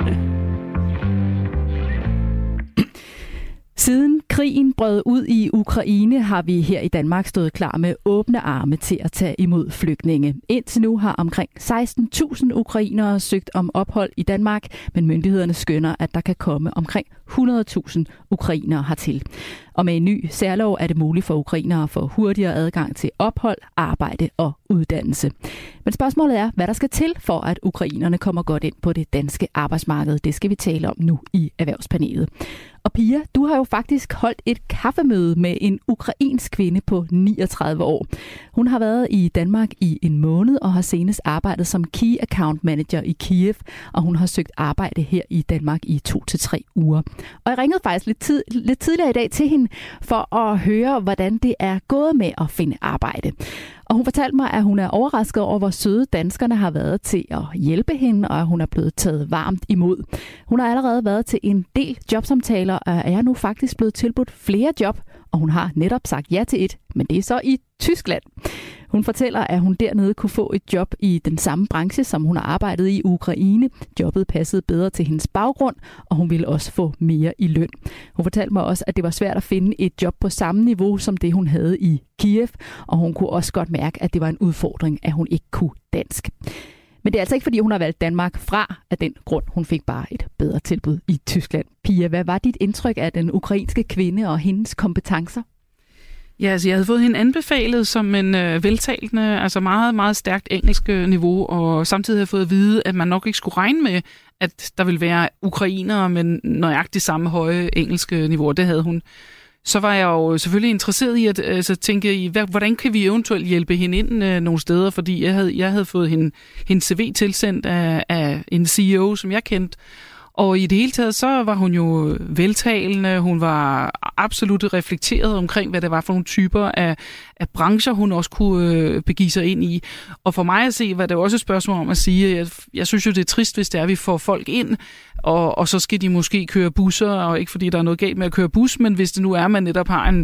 Siden krigen brød ud i Ukraine, har vi her i Danmark stået klar med åbne arme til at tage imod flygtninge. Indtil nu har omkring 16.000 ukrainere søgt om ophold i Danmark, men myndighederne skønner, at der kan komme omkring 100.000 ukrainere hertil. Og med en ny særlov er det muligt for ukrainere at få hurtigere adgang til ophold, arbejde og uddannelse. Men spørgsmålet er, hvad der skal til for, at ukrainerne kommer godt ind på det danske arbejdsmarked. Det skal vi tale om nu i Erhvervspanelet. Og Pia, du har jo faktisk holdt et kaffemøde med en ukrainsk kvinde på 39 år. Hun har været i Danmark i en måned og har senest arbejdet som Key Account Manager i Kiev, og hun har søgt arbejde her i Danmark i 2 til 3 uger. Og jeg ringede faktisk lidt tidligere i dag til hende for at høre, hvordan det er gået med at finde arbejde. Og hun fortalte mig, at hun er overrasket over, hvor søde danskerne har været til at hjælpe hende, og at hun er blevet taget varmt imod. Hun har allerede været til en del jobsamtaler, og er nu faktisk blevet tilbudt flere job, og hun har netop sagt ja til et, men det er så i Tyskland. Hun fortæller, at hun dernede kunne få et job i den samme branche, som hun har arbejdet i Ukraine. Jobbet passede bedre til hendes baggrund, og hun ville også få mere i løn. Hun fortalte mig også, at det var svært at finde et job på samme niveau som det, hun havde i Kiev, og hun kunne også godt mærke, at det var en udfordring, at hun ikke kunne dansk. Men det er altså ikke, fordi hun har valgt Danmark fra af den grund. Hun fik bare et bedre tilbud i Tyskland. Pia, hvad var dit indtryk af den ukrainske kvinde og hendes kompetencer? Ja, altså jeg havde fået hende anbefalet som en veltalende, altså meget, meget stærkt engelsk niveau, og samtidig havde jeg fået at vide, at man nok ikke skulle regne med, at der ville være ukrainere med nøjagtigt samme høje engelske niveau. Det havde hun. Så var jeg jo selvfølgelig interesseret i at tænke, hvordan kan vi eventuelt hjælpe hende ind nogle steder, fordi jeg havde fået hendes CV tilsendt af en CEO, som jeg kendte. Og i det hele taget, så var hun jo veltalende, hun var absolut reflekteret omkring, hvad det var for nogle typer af brancher, hun også kunne begive sig ind i. Og for mig at se, var det også et spørgsmål om at sige, at jeg synes jo, det er trist, hvis det er, at vi får folk ind, og så skal de måske køre busser, og ikke fordi der er noget galt med at køre bus, men hvis det nu er, at man netop har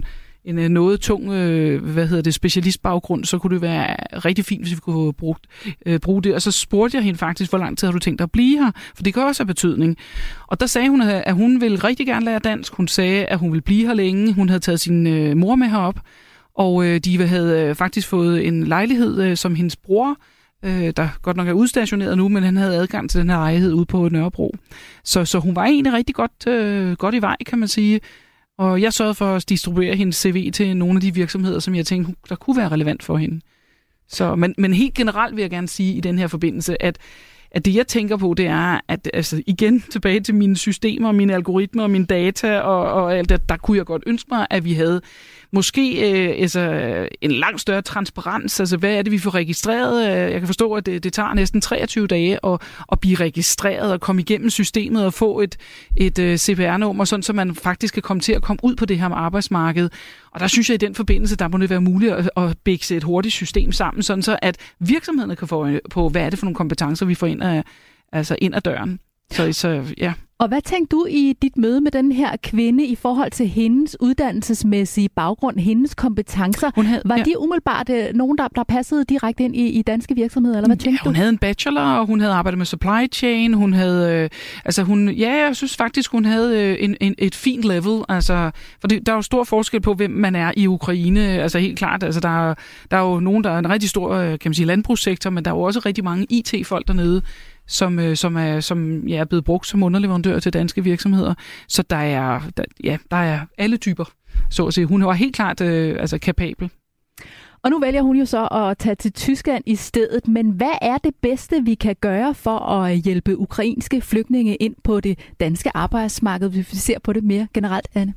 en noget tung specialistbaggrund, så kunne det være rigtig fint, hvis vi kunne bruge det. Og så spurgte jeg hende faktisk, hvor lang tid har du tænkt dig at blive her? For det kan også have betydning. Og der sagde hun, at hun ville rigtig gerne lære dansk. Hun sagde, at hun ville blive her længe. Hun havde taget sin mor med herop, og de havde faktisk fået en lejlighed, som hendes bror, der godt nok er udstationeret nu, men han havde adgang til den her lejlighed ude på Nørrebro. Så hun var egentlig rigtig godt i vej, kan man sige. Og jeg sørgede for at distribuere hendes CV til nogle af de virksomheder, som jeg tænkte, der kunne være relevant for hende. Men helt generelt vil jeg gerne sige i den her forbindelse, at det jeg tænker på, det er, at altså, igen tilbage til mine systemer, mine algoritmer og mine data og alt det, der kunne jeg godt ønske mig, at vi havde måske en langt større transparens. Altså, hvad er det, vi får registreret? Jeg kan forstå, at det tager næsten 23 dage at blive registreret og komme igennem systemet og få et CPR-nummer, sådan så man faktisk kan komme til at komme ud på det her arbejdsmarked. Og der synes jeg i den forbindelse, der må det være muligt at bækse et hurtigt system sammen, sådan så at virksomhederne kan få på, hvad er det for nogle kompetencer, vi får ind ad døren. Så ja. Og hvad tænkte du i dit møde med den her kvinde i forhold til hendes uddannelsesmæssige baggrund, hendes kompetencer? Var de umiddelbart nogen, der passede direkte ind i danske virksomheder, eller hvad tænkte du? Hun havde en bachelor, og hun havde arbejdet med supply chain. Hun havde, jeg synes faktisk, hun havde et fint level. Altså, for der er jo stor forskel på, hvem man er i Ukraine. Altså helt klart, altså der er jo nogen, der er en rigtig stor, kan man sige, landbrugssektor, men der er jo også rigtig mange IT-folk dernede, som er blevet brugt som underleverandør til danske virksomheder. Så der er alle typer, så at sige. Hun var helt klart kapabel. Og nu vælger hun jo så at tage til Tyskland i stedet. Men hvad er det bedste, vi kan gøre for at hjælpe ukrainske flygtninge ind på det danske arbejdsmarked, hvis vi ser på det mere generelt, Anne?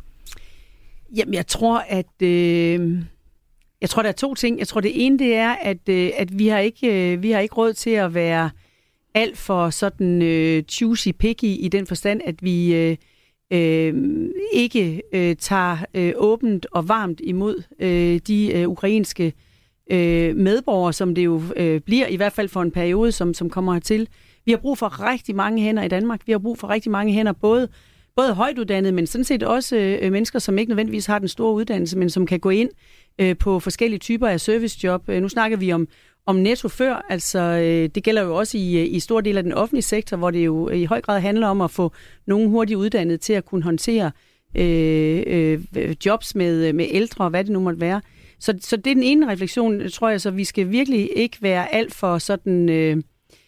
Jamen, jeg tror, der er to ting. Jeg tror, det ene, det er, at vi har ikke råd til at være alt for sådan choosy-picky i den forstand, at vi ikke tager åbent og varmt imod de ukrainske medborgere, som det jo bliver, i hvert fald for en periode, som kommer hertil. Vi har brug for rigtig mange hænder i Danmark. Vi har brug for rigtig mange hænder, både højt uddannede, men sådan set også mennesker, som ikke nødvendigvis har den store uddannelse, men som kan gå ind på forskellige typer af servicejob. Nu snakker vi om Netto før, altså det gælder jo også i stor del af den offentlige sektor, hvor det jo i høj grad handler om at få nogen hurtigt uddannet til at kunne håndtere jobs med ældre og hvad det nu måtte være. Så det er den ene refleksion, tror jeg, så vi skal virkelig ikke være alt for sådan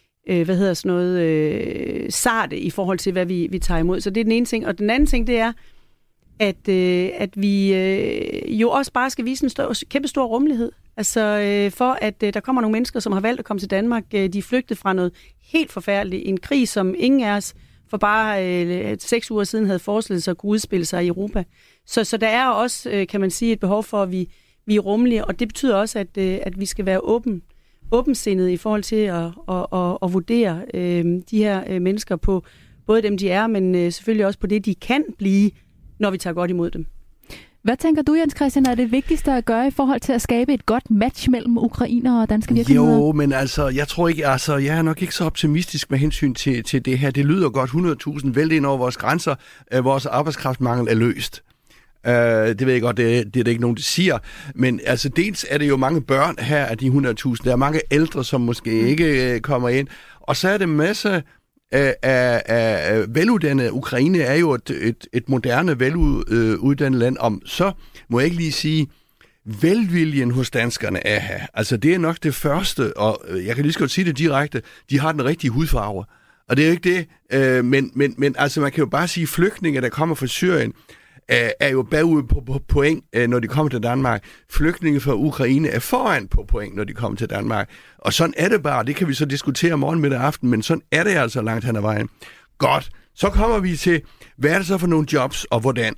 sarte i forhold til, hvad vi tager imod. Så det er den ene ting. Og den anden ting, det er, at vi jo også bare skal vise en kæmpe stor rummelighed. Altså for at der kommer nogle mennesker, som har valgt at komme til Danmark. De er flygtet fra noget helt forfærdeligt. En krig, som ingen af os for bare 6 uger siden havde forestillet sig at kunne udspille sig i Europa. Så der er også, kan man sige, et behov for, at vi er rummelige. Og det betyder også, at vi skal være åbensindet i forhold til at vurdere de her mennesker på både dem, de er, men selvfølgelig også på det, de kan blive, når vi tager godt imod dem. Hvad tænker du, Jens Christian, er det vigtigste at gøre i forhold til at skabe et godt match mellem ukrainere og danske virksomheder? Jo, men altså, jeg tror ikke, jeg er nok ikke så optimistisk med hensyn til det her. Det lyder godt 100.000 vældig ind over vores grænser. Vores arbejdskraftmangel er løst. Det ved jeg godt, det er der ikke nogen, der siger. Men altså, dels er det jo mange børn her af de 100.000. Der er mange ældre, som måske ikke kommer ind. Og så er det masse af veluddannede. Ukraine er jo et moderne, veluddannet land. Så må jeg ikke lige sige, velviljen hos danskerne er her. Altså, det er nok det første, og jeg kan lige så godt sige det direkte, de har den rigtige hudfarve. Og det er jo ikke det, men altså, man kan jo bare sige, flygtninge, der kommer fra Syrien, er jo bagud på point, når de kommer til Danmark. Flygtninge fra Ukraine er foran på point, når de kommer til Danmark. Og sådan er det bare. Det kan vi så diskutere morgen, middag og aften, men sådan er det altså langt hen ad vejen. Godt. Så kommer vi til, hvad er det så for nogle jobs, og hvordan?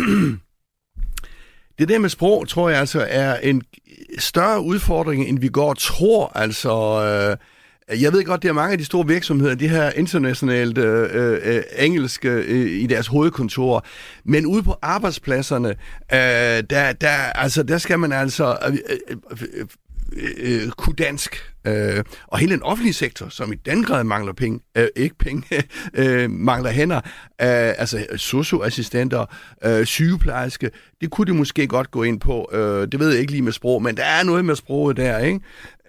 Det der med sprog, tror jeg altså, er en større udfordring, end vi går og tror. Altså, jeg ved godt, det er mange af de store virksomheder, de her internationalt engelske i deres hovedkontorer, men ude på arbejdspladserne, der skal man altså kunne dansk. Og hele den offentlige sektor, som i den grad mangler mangler hænder, altså sosu-assistenter, sygeplejerske, det kunne de måske godt gå ind på. Det ved jeg ikke lige med sprog, men der er noget med sproget der, ikke?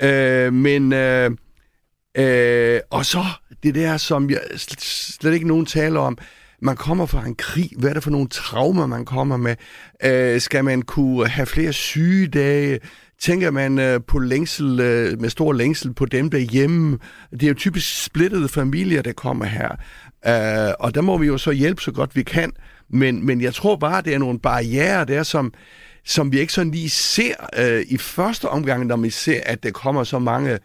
Og så det der, som jeg slet ikke nogen taler om. Man kommer fra en krig. Hvad er det for nogle traumer, man kommer med? Skal man kunne have flere sygedage? Tænker man på længsel, med stor længsel på dem derhjemme? Det er jo typisk splittede familier, der kommer her. Og der må vi jo så hjælpe så godt vi kan. Men jeg tror bare, det er nogle barrierer der, som vi ikke sådan lige ser i første omgang, når vi ser, at der kommer så mange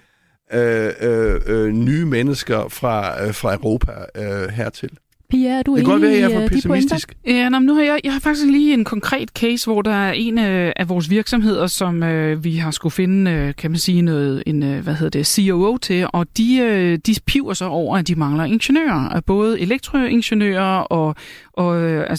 nye mennesker fra Europa hertil. Pia, er du det kan godt være, at jeg er for pessimistisk. Ja, nu har jeg har faktisk lige en konkret case, hvor der er en af vores virksomheder, som vi har skulle finde, kan man sige, COO til, og de piver så over, at de mangler ingeniører, både elektroingeniører og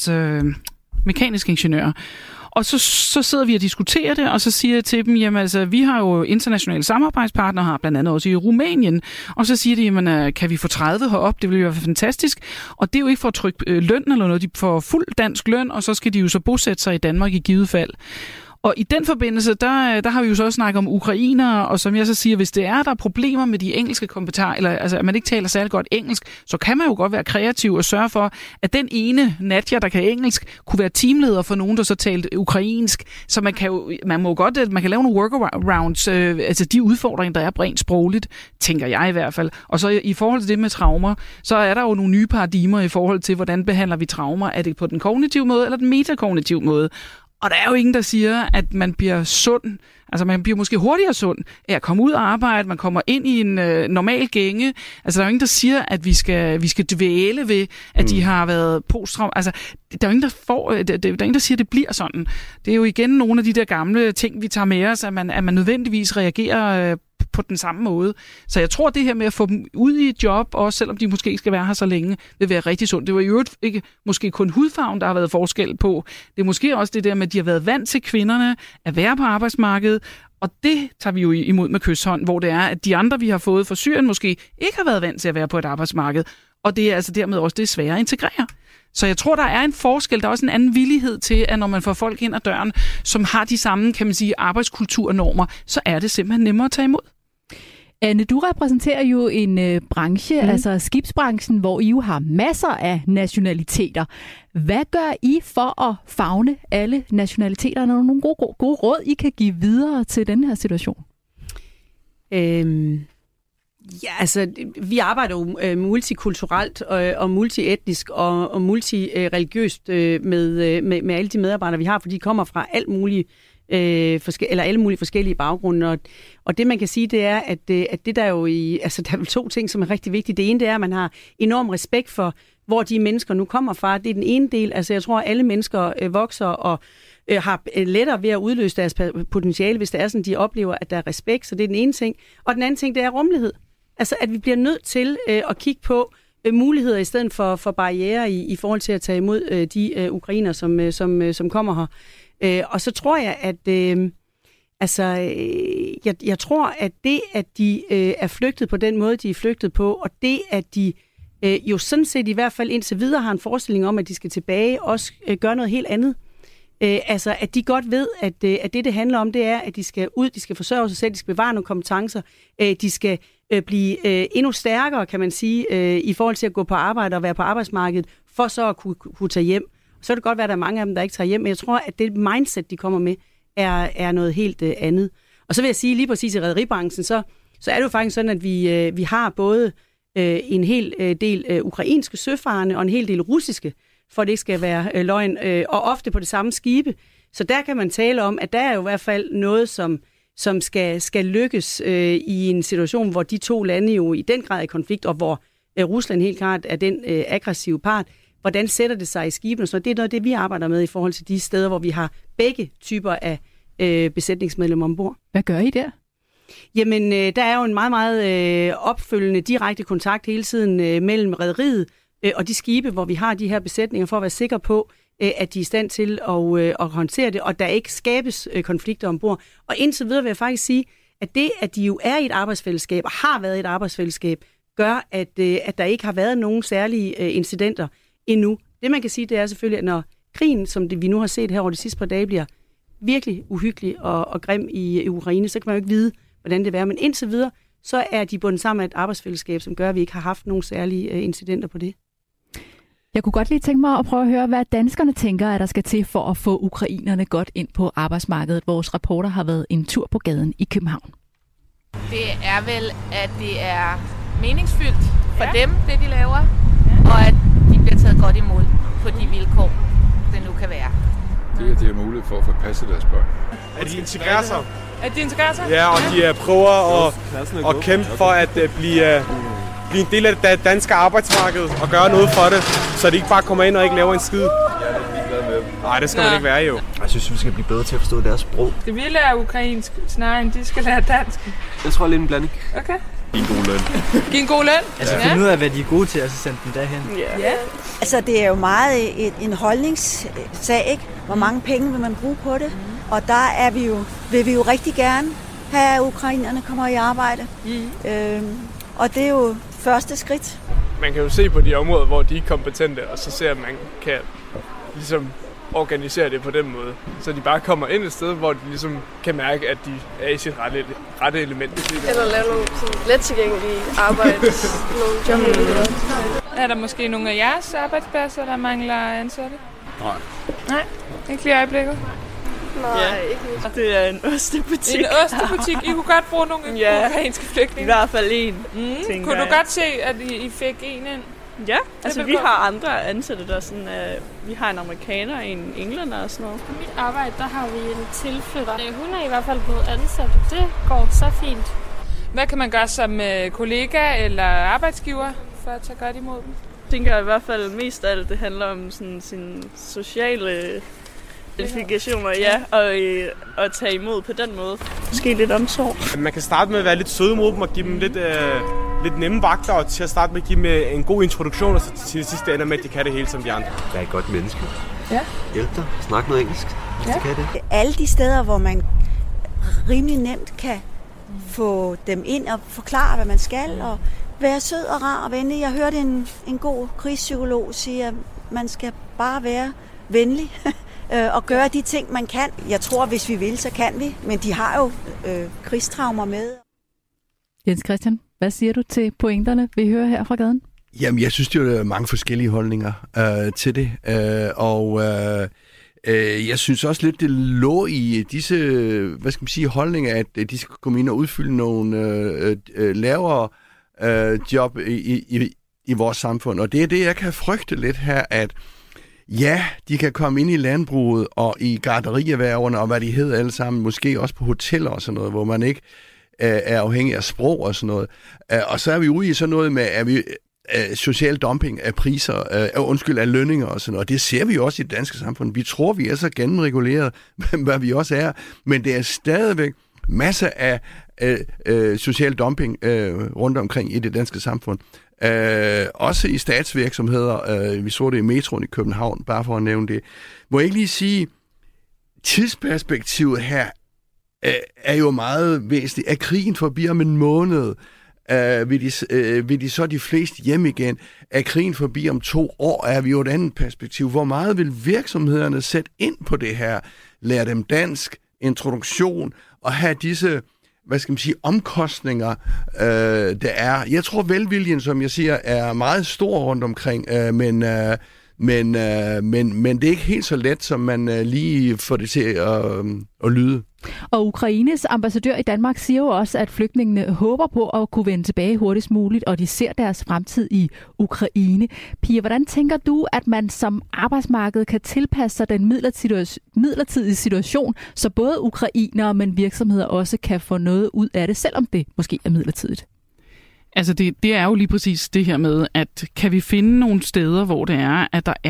mekaniske ingeniører. Og så sidder vi og diskuterer det, og så siger jeg til dem, jamen altså, vi har jo internationale samarbejdspartnere her, blandt andet også i Rumænien, og så siger de, jamen, kan vi få 30 herop? Det ville jo være fantastisk. Og det er jo ikke for at trykke løn eller noget, de får fuld dansk løn, og så skal de jo så bosætte sig i Danmark i givet fald. Og i den forbindelse, der har vi jo så også snakket om ukrainere, og som jeg så siger, hvis det er, der er problemer med de engelske kompetencer, eller altså, at man ikke taler særlig godt engelsk, så kan man jo godt være kreativ og sørge for, at den ene Nadja, der kan engelsk, kunne være teamleder for nogen, der så talte ukrainsk. Så man kan lave nogle workarounds, altså de udfordringer, der er rent sprogligt, tænker jeg i hvert fald. Og så i forhold til det med traumer, så er der jo nogle nye paradigmer i forhold til, hvordan behandler vi traumer. Er det på den kognitive måde, eller den metakognitive måde? Og der er jo ingen, der siger, at man bliver sund. Altså man bliver måske hurtigere sund af at komme ud og arbejde. Man kommer ind i en normal gænge. Altså der er jo ingen, der siger, at vi skal dvæle ved, at de har været posttraum. Altså der er jo ingen, der siger, at det bliver sådan. Det er jo igen nogle af de der gamle ting, vi tager med os, at man nødvendigvis reagerer på den samme måde. Så jeg tror, det her med at få dem ud i et job, også selvom de måske ikke skal være her så længe, vil være rigtig sundt. Det var jo ikke måske kun hudfarven, der har været forskel på. Det er måske også det der med, at de har været vant til kvinderne at være på arbejdsmarkedet, og det tager vi jo imod med kysshånd, hvor det er, at de andre, vi har fået fra Syrien, måske ikke har været vant til at være på et arbejdsmarked, og det er altså dermed også det svære at integrere. Så jeg tror, der er en forskel. Der er også en anden villighed til, at når man får folk ind ad døren, som har de samme, kan man sige, arbejdskulturnormer, så er det simpelthen nemmere at tage imod. Anne, du repræsenterer jo en branche, altså skibsbranchen, hvor I jo har masser af nationaliteter. Hvad gør I for at favne alle nationaliteter? Er der nogle gode råd, I kan give videre til den her situation? Ja, altså, vi arbejder jo multikulturelt og multietnisk og multireligiøst med alle de medarbejdere, vi har, for de kommer fra alle mulige forskellige baggrunde. Og det, man kan sige, det er, at det der jo der er 2 ting, som er rigtig vigtige. Det ene, det er, at man har enorm respekt for, hvor de mennesker nu kommer fra. Det er den ene del. Altså, jeg tror, at alle mennesker vokser og har lettere ved at udløse deres potentiale, hvis det er sådan, de oplever, at der er respekt. Så det er den ene ting. Og den anden ting, det er rummelighed. Altså, at vi bliver nødt til at kigge på muligheder i stedet for barrierer i forhold til at tage imod de ukrainer, som kommer her. Og så tror jeg, at jeg tror, at det, at de er flygtet på den måde, de er flygtet på, og det, at de jo sådan set i hvert fald indtil videre har en forestilling om, at de skal tilbage, også gør noget helt andet. Altså, at de godt ved, at det handler om, det er, at de skal ud, de skal forsørge sig selv, de skal bevare nogle kompetencer, de skal blive endnu stærkere, kan man sige, i forhold til at gå på arbejde og være på arbejdsmarkedet, for så at kunne tage hjem. Så kan det godt være, at der er mange af dem, der ikke tager hjem, men jeg tror, at det mindset, de kommer med, er noget helt andet. Og så vil jeg sige, lige præcis i rederibranchen, så er det jo faktisk sådan, at vi har både en hel del ukrainske søfarende og en hel del russiske, for det ikke skal være løgn, og ofte på det samme skibe. Så der kan man tale om, at der er jo i hvert fald noget, som skal lykkes i en situation, hvor de 2 lande jo i den grad er i konflikt, og hvor Rusland helt klart er den aggressive part. Hvordan sætter det sig i skibene? Så det er noget af det, vi arbejder med i forhold til de steder, hvor vi har begge typer af besætningsmedlemmer ombord. Hvad gør I der? Jamen, der er jo en meget, meget opfølgende direkte kontakt hele tiden mellem rederiet og de skibe, hvor vi har de her besætninger, for at være sikre på, at de er i stand til at håndtere det, og der ikke skabes konflikter ombord. Og indtil videre vil jeg faktisk sige, at det, at de jo er i et arbejdsfællesskab og har været i et arbejdsfællesskab, gør, at der ikke har været nogen særlige incidenter endnu. Det, man kan sige, det er selvfølgelig, at når krigen, som vi nu har set her over de sidste par dage, bliver virkelig uhyggelig og grim i Ukraine, så kan man jo ikke vide, hvordan det er. Men indtil videre, så er de bundet sammen af et arbejdsfællesskab, som gør, at vi ikke har haft nogen særlige incidenter på det. Jeg kunne godt lige tænke mig at prøve at høre, hvad danskerne tænker, at der skal til for at få ukrainerne godt ind på arbejdsmarkedet. Vores reporter har været en tur på gaden i København. Det er vel, at det er meningsfyldt for dem, det de laver, og at de bliver taget godt imod på de vilkår, det nu kan være. Det er mulighed for at få passet deres børn. At de integrerer sig. At de integrerer sig? Ja, og de prøver at kæmpe for at blive en del af det danske arbejdsmarked og gøre noget for det, så de ikke bare kommer ind og ikke laver en skid. Nej, det skal man ikke være jo. Jeg synes, vi skal blive bedre til at forstå deres sprog. Det vil lære ukrainsk, snarere end de skal lære dansk. Jeg tror lidt en blanding. Okay. Giv en god løn. Giv en god løn? Altså finde ud af, hvad de er gode til, og så sende dem derhen. Ja. Altså det er jo meget en holdningssag, ikke? Hvor mange penge vil man bruge på det? Og der vil vi jo rigtig gerne have, at ukrainerne kommer i arbejde. Og det er jo første skridt. Man kan jo se på de områder, hvor de er kompetente, og så ser at man kan ligesom organisere det på den måde. Så de bare kommer ind et sted, hvor de ligesom kan mærke, at de er i sit rette element. Eller lave nogle let tilgængelige arbejde, nogle jobmuligheder. Er der måske nogle af jeres arbejdspladser, der mangler ansatte? Nej. Ikke lige i øjeblikket? Nej, ikke. Det er en ostebutik. En ostebutik? I kunne godt bruge nogle ukrainske flygtninge? I hvert fald en. Kunne du godt se, at I fik en ind? Ja, altså vi har andre ansatte, der sådan, vi har en amerikaner, en englænder og sådan noget. På mit arbejde, der har vi en tilflytter. Hun er i hvert fald blevet ansat, og det går så fint. Hvad kan man gøre som kollega eller arbejdsgiver for at tage godt imod dem? Jeg tænker i hvert fald mest af alt, det handler om sådan, sine sociale kvalifikationer, og tage imod på den måde. Måske lidt omsorg. Man kan starte med at være lidt søde mod dem og give dem lidt nemme vagter, og til at starte med at give dem en god introduktion, og så til det sidste ender med, at de kan det hele som de andre. Jeg er et godt menneske. Ja. Hjælp dig. Snak noget engelsk, hvis du kan det. Alle de steder, hvor man rimelig nemt kan få dem ind og forklare, hvad man skal, og være sød og rar og venlig. Jeg hørte en god krigspsykolog sige, at man skal bare være venlig og gøre de ting, man kan. Jeg tror, hvis vi vil, så kan vi, men de har jo krigstraumer med. Jens Christian, hvad siger du til pointerne, vi hører her fra gaden? Jamen, jeg synes, der er mange forskellige holdninger til det, jeg synes også lidt, det lå i disse, holdninger, at de skal komme ind og udfylde nogle lavere job i vores samfund. Og det er det, jeg kan frygte lidt her, at ja, de kan komme ind i landbruget og i garderierhvervene og hvad de hedder alle sammen, måske også på hoteller og sådan noget, hvor man ikke er afhængig af sprog og sådan noget. Og så er vi ude i sådan noget med, at vi social dumping af priser, af lønninger og sådan noget. Det ser vi også i det danske samfund. Vi tror, vi er så gennemreguleret, hvad vi også er, men det er stadigvæk masser af social dumping rundt omkring i det danske samfund. Også i statsvirksomheder. Vi så det i metroen i København, bare for at nævne det. Må jeg ikke lige sige, tidsperspektivet her er jo meget væsentligt. Er krigen forbi om en måned? Vil de så de fleste hjem igen? Er krigen forbi om 2 år? Er vi jo et andet perspektiv? Hvor meget vil virksomhederne sætte ind på det her? Lære dem dansk, introduktion og have disse omkostninger, der er. Jeg tror, velviljen, som jeg siger, er meget stor rundt omkring, men det er ikke helt så let, som man lige får det til at lyde. Og Ukraines ambassadør i Danmark siger jo også, at flygtningene håber på at kunne vende tilbage hurtigst muligt, og de ser deres fremtid i Ukraine. Pia, hvordan tænker du, at man som arbejdsmarked kan tilpasse sig den midlertidige situation, så både ukrainere, men virksomheder også kan få noget ud af det, selvom det måske er midlertidigt? Altså det er jo lige præcis det her med, at kan vi finde nogle steder, hvor det er, at der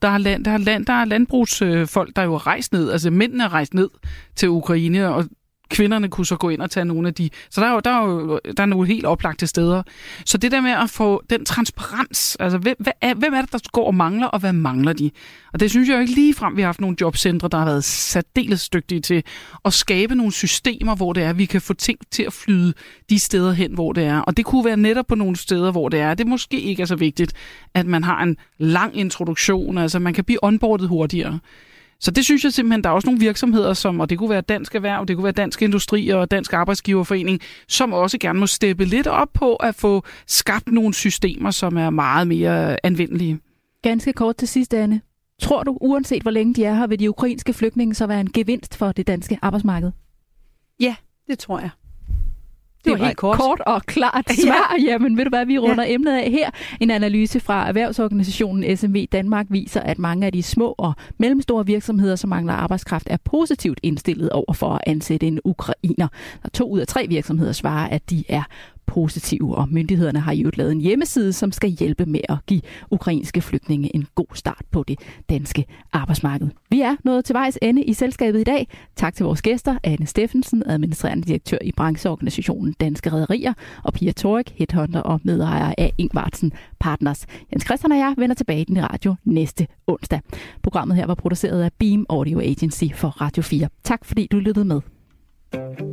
er landbrugsfolk, der er jo rejst ned, altså mændene er rejst ned til Ukraine, og kvinderne kunne så gå ind og tage nogle af de. Så der er nogle helt oplagte steder. Så det der med at få den transparens, altså hvem er det, der går og mangler, og hvad mangler de? Og det synes jeg jo ikke ligefrem, vi har haft nogle jobcentre, der har været særdeles dygtige til at skabe nogle systemer, hvor det er, vi kan få ting til at flyde de steder hen, hvor det er. Og det kunne være netop på nogle steder, hvor det er. Det måske ikke er så vigtigt, at man har en lang introduktion, altså man kan blive onboardet hurtigere. Så det synes jeg simpelthen, der er også nogle virksomheder, som, og det kunne være Dansk Erhverv, det kunne være Dansk Industri og Dansk Arbejdsgiverforening, som også gerne må steppe lidt op på at få skabt nogle systemer, som er meget mere anvendelige. Ganske kort til sidst, Anne. Tror du, uanset hvor længe de er her, vil de ukrainske flygtninge så være en gevinst for det danske arbejdsmarked? Ja, det tror jeg. Det var helt kort og klart svar. Ja. Jamen, ved du hvad, vi runder emnet af her. En analyse fra erhvervsorganisationen SMV Danmark viser, at mange af de små og mellemstore virksomheder, som mangler arbejdskraft, er positivt indstillet over for at ansætte en ukrainer. Og 2 ud af 3 virksomheder svarer, at de er positive, og myndighederne har jo lavet en hjemmeside, som skal hjælpe med at give ukrainske flygtninge en god start på det danske arbejdsmarked. Vi er nået til vejs ende i selskabet i dag. Tak til vores gæster, Anne Steffensen, administrerende direktør i brancheorganisationen Danske Rederier, og Pia Torik, headhunter og medejer af Ingvartsen Partners. Jens Christian og jeg vender tilbage i den radio næste onsdag. Programmet her var produceret af Beam Audio Agency for Radio 4. Tak fordi du lyttede med.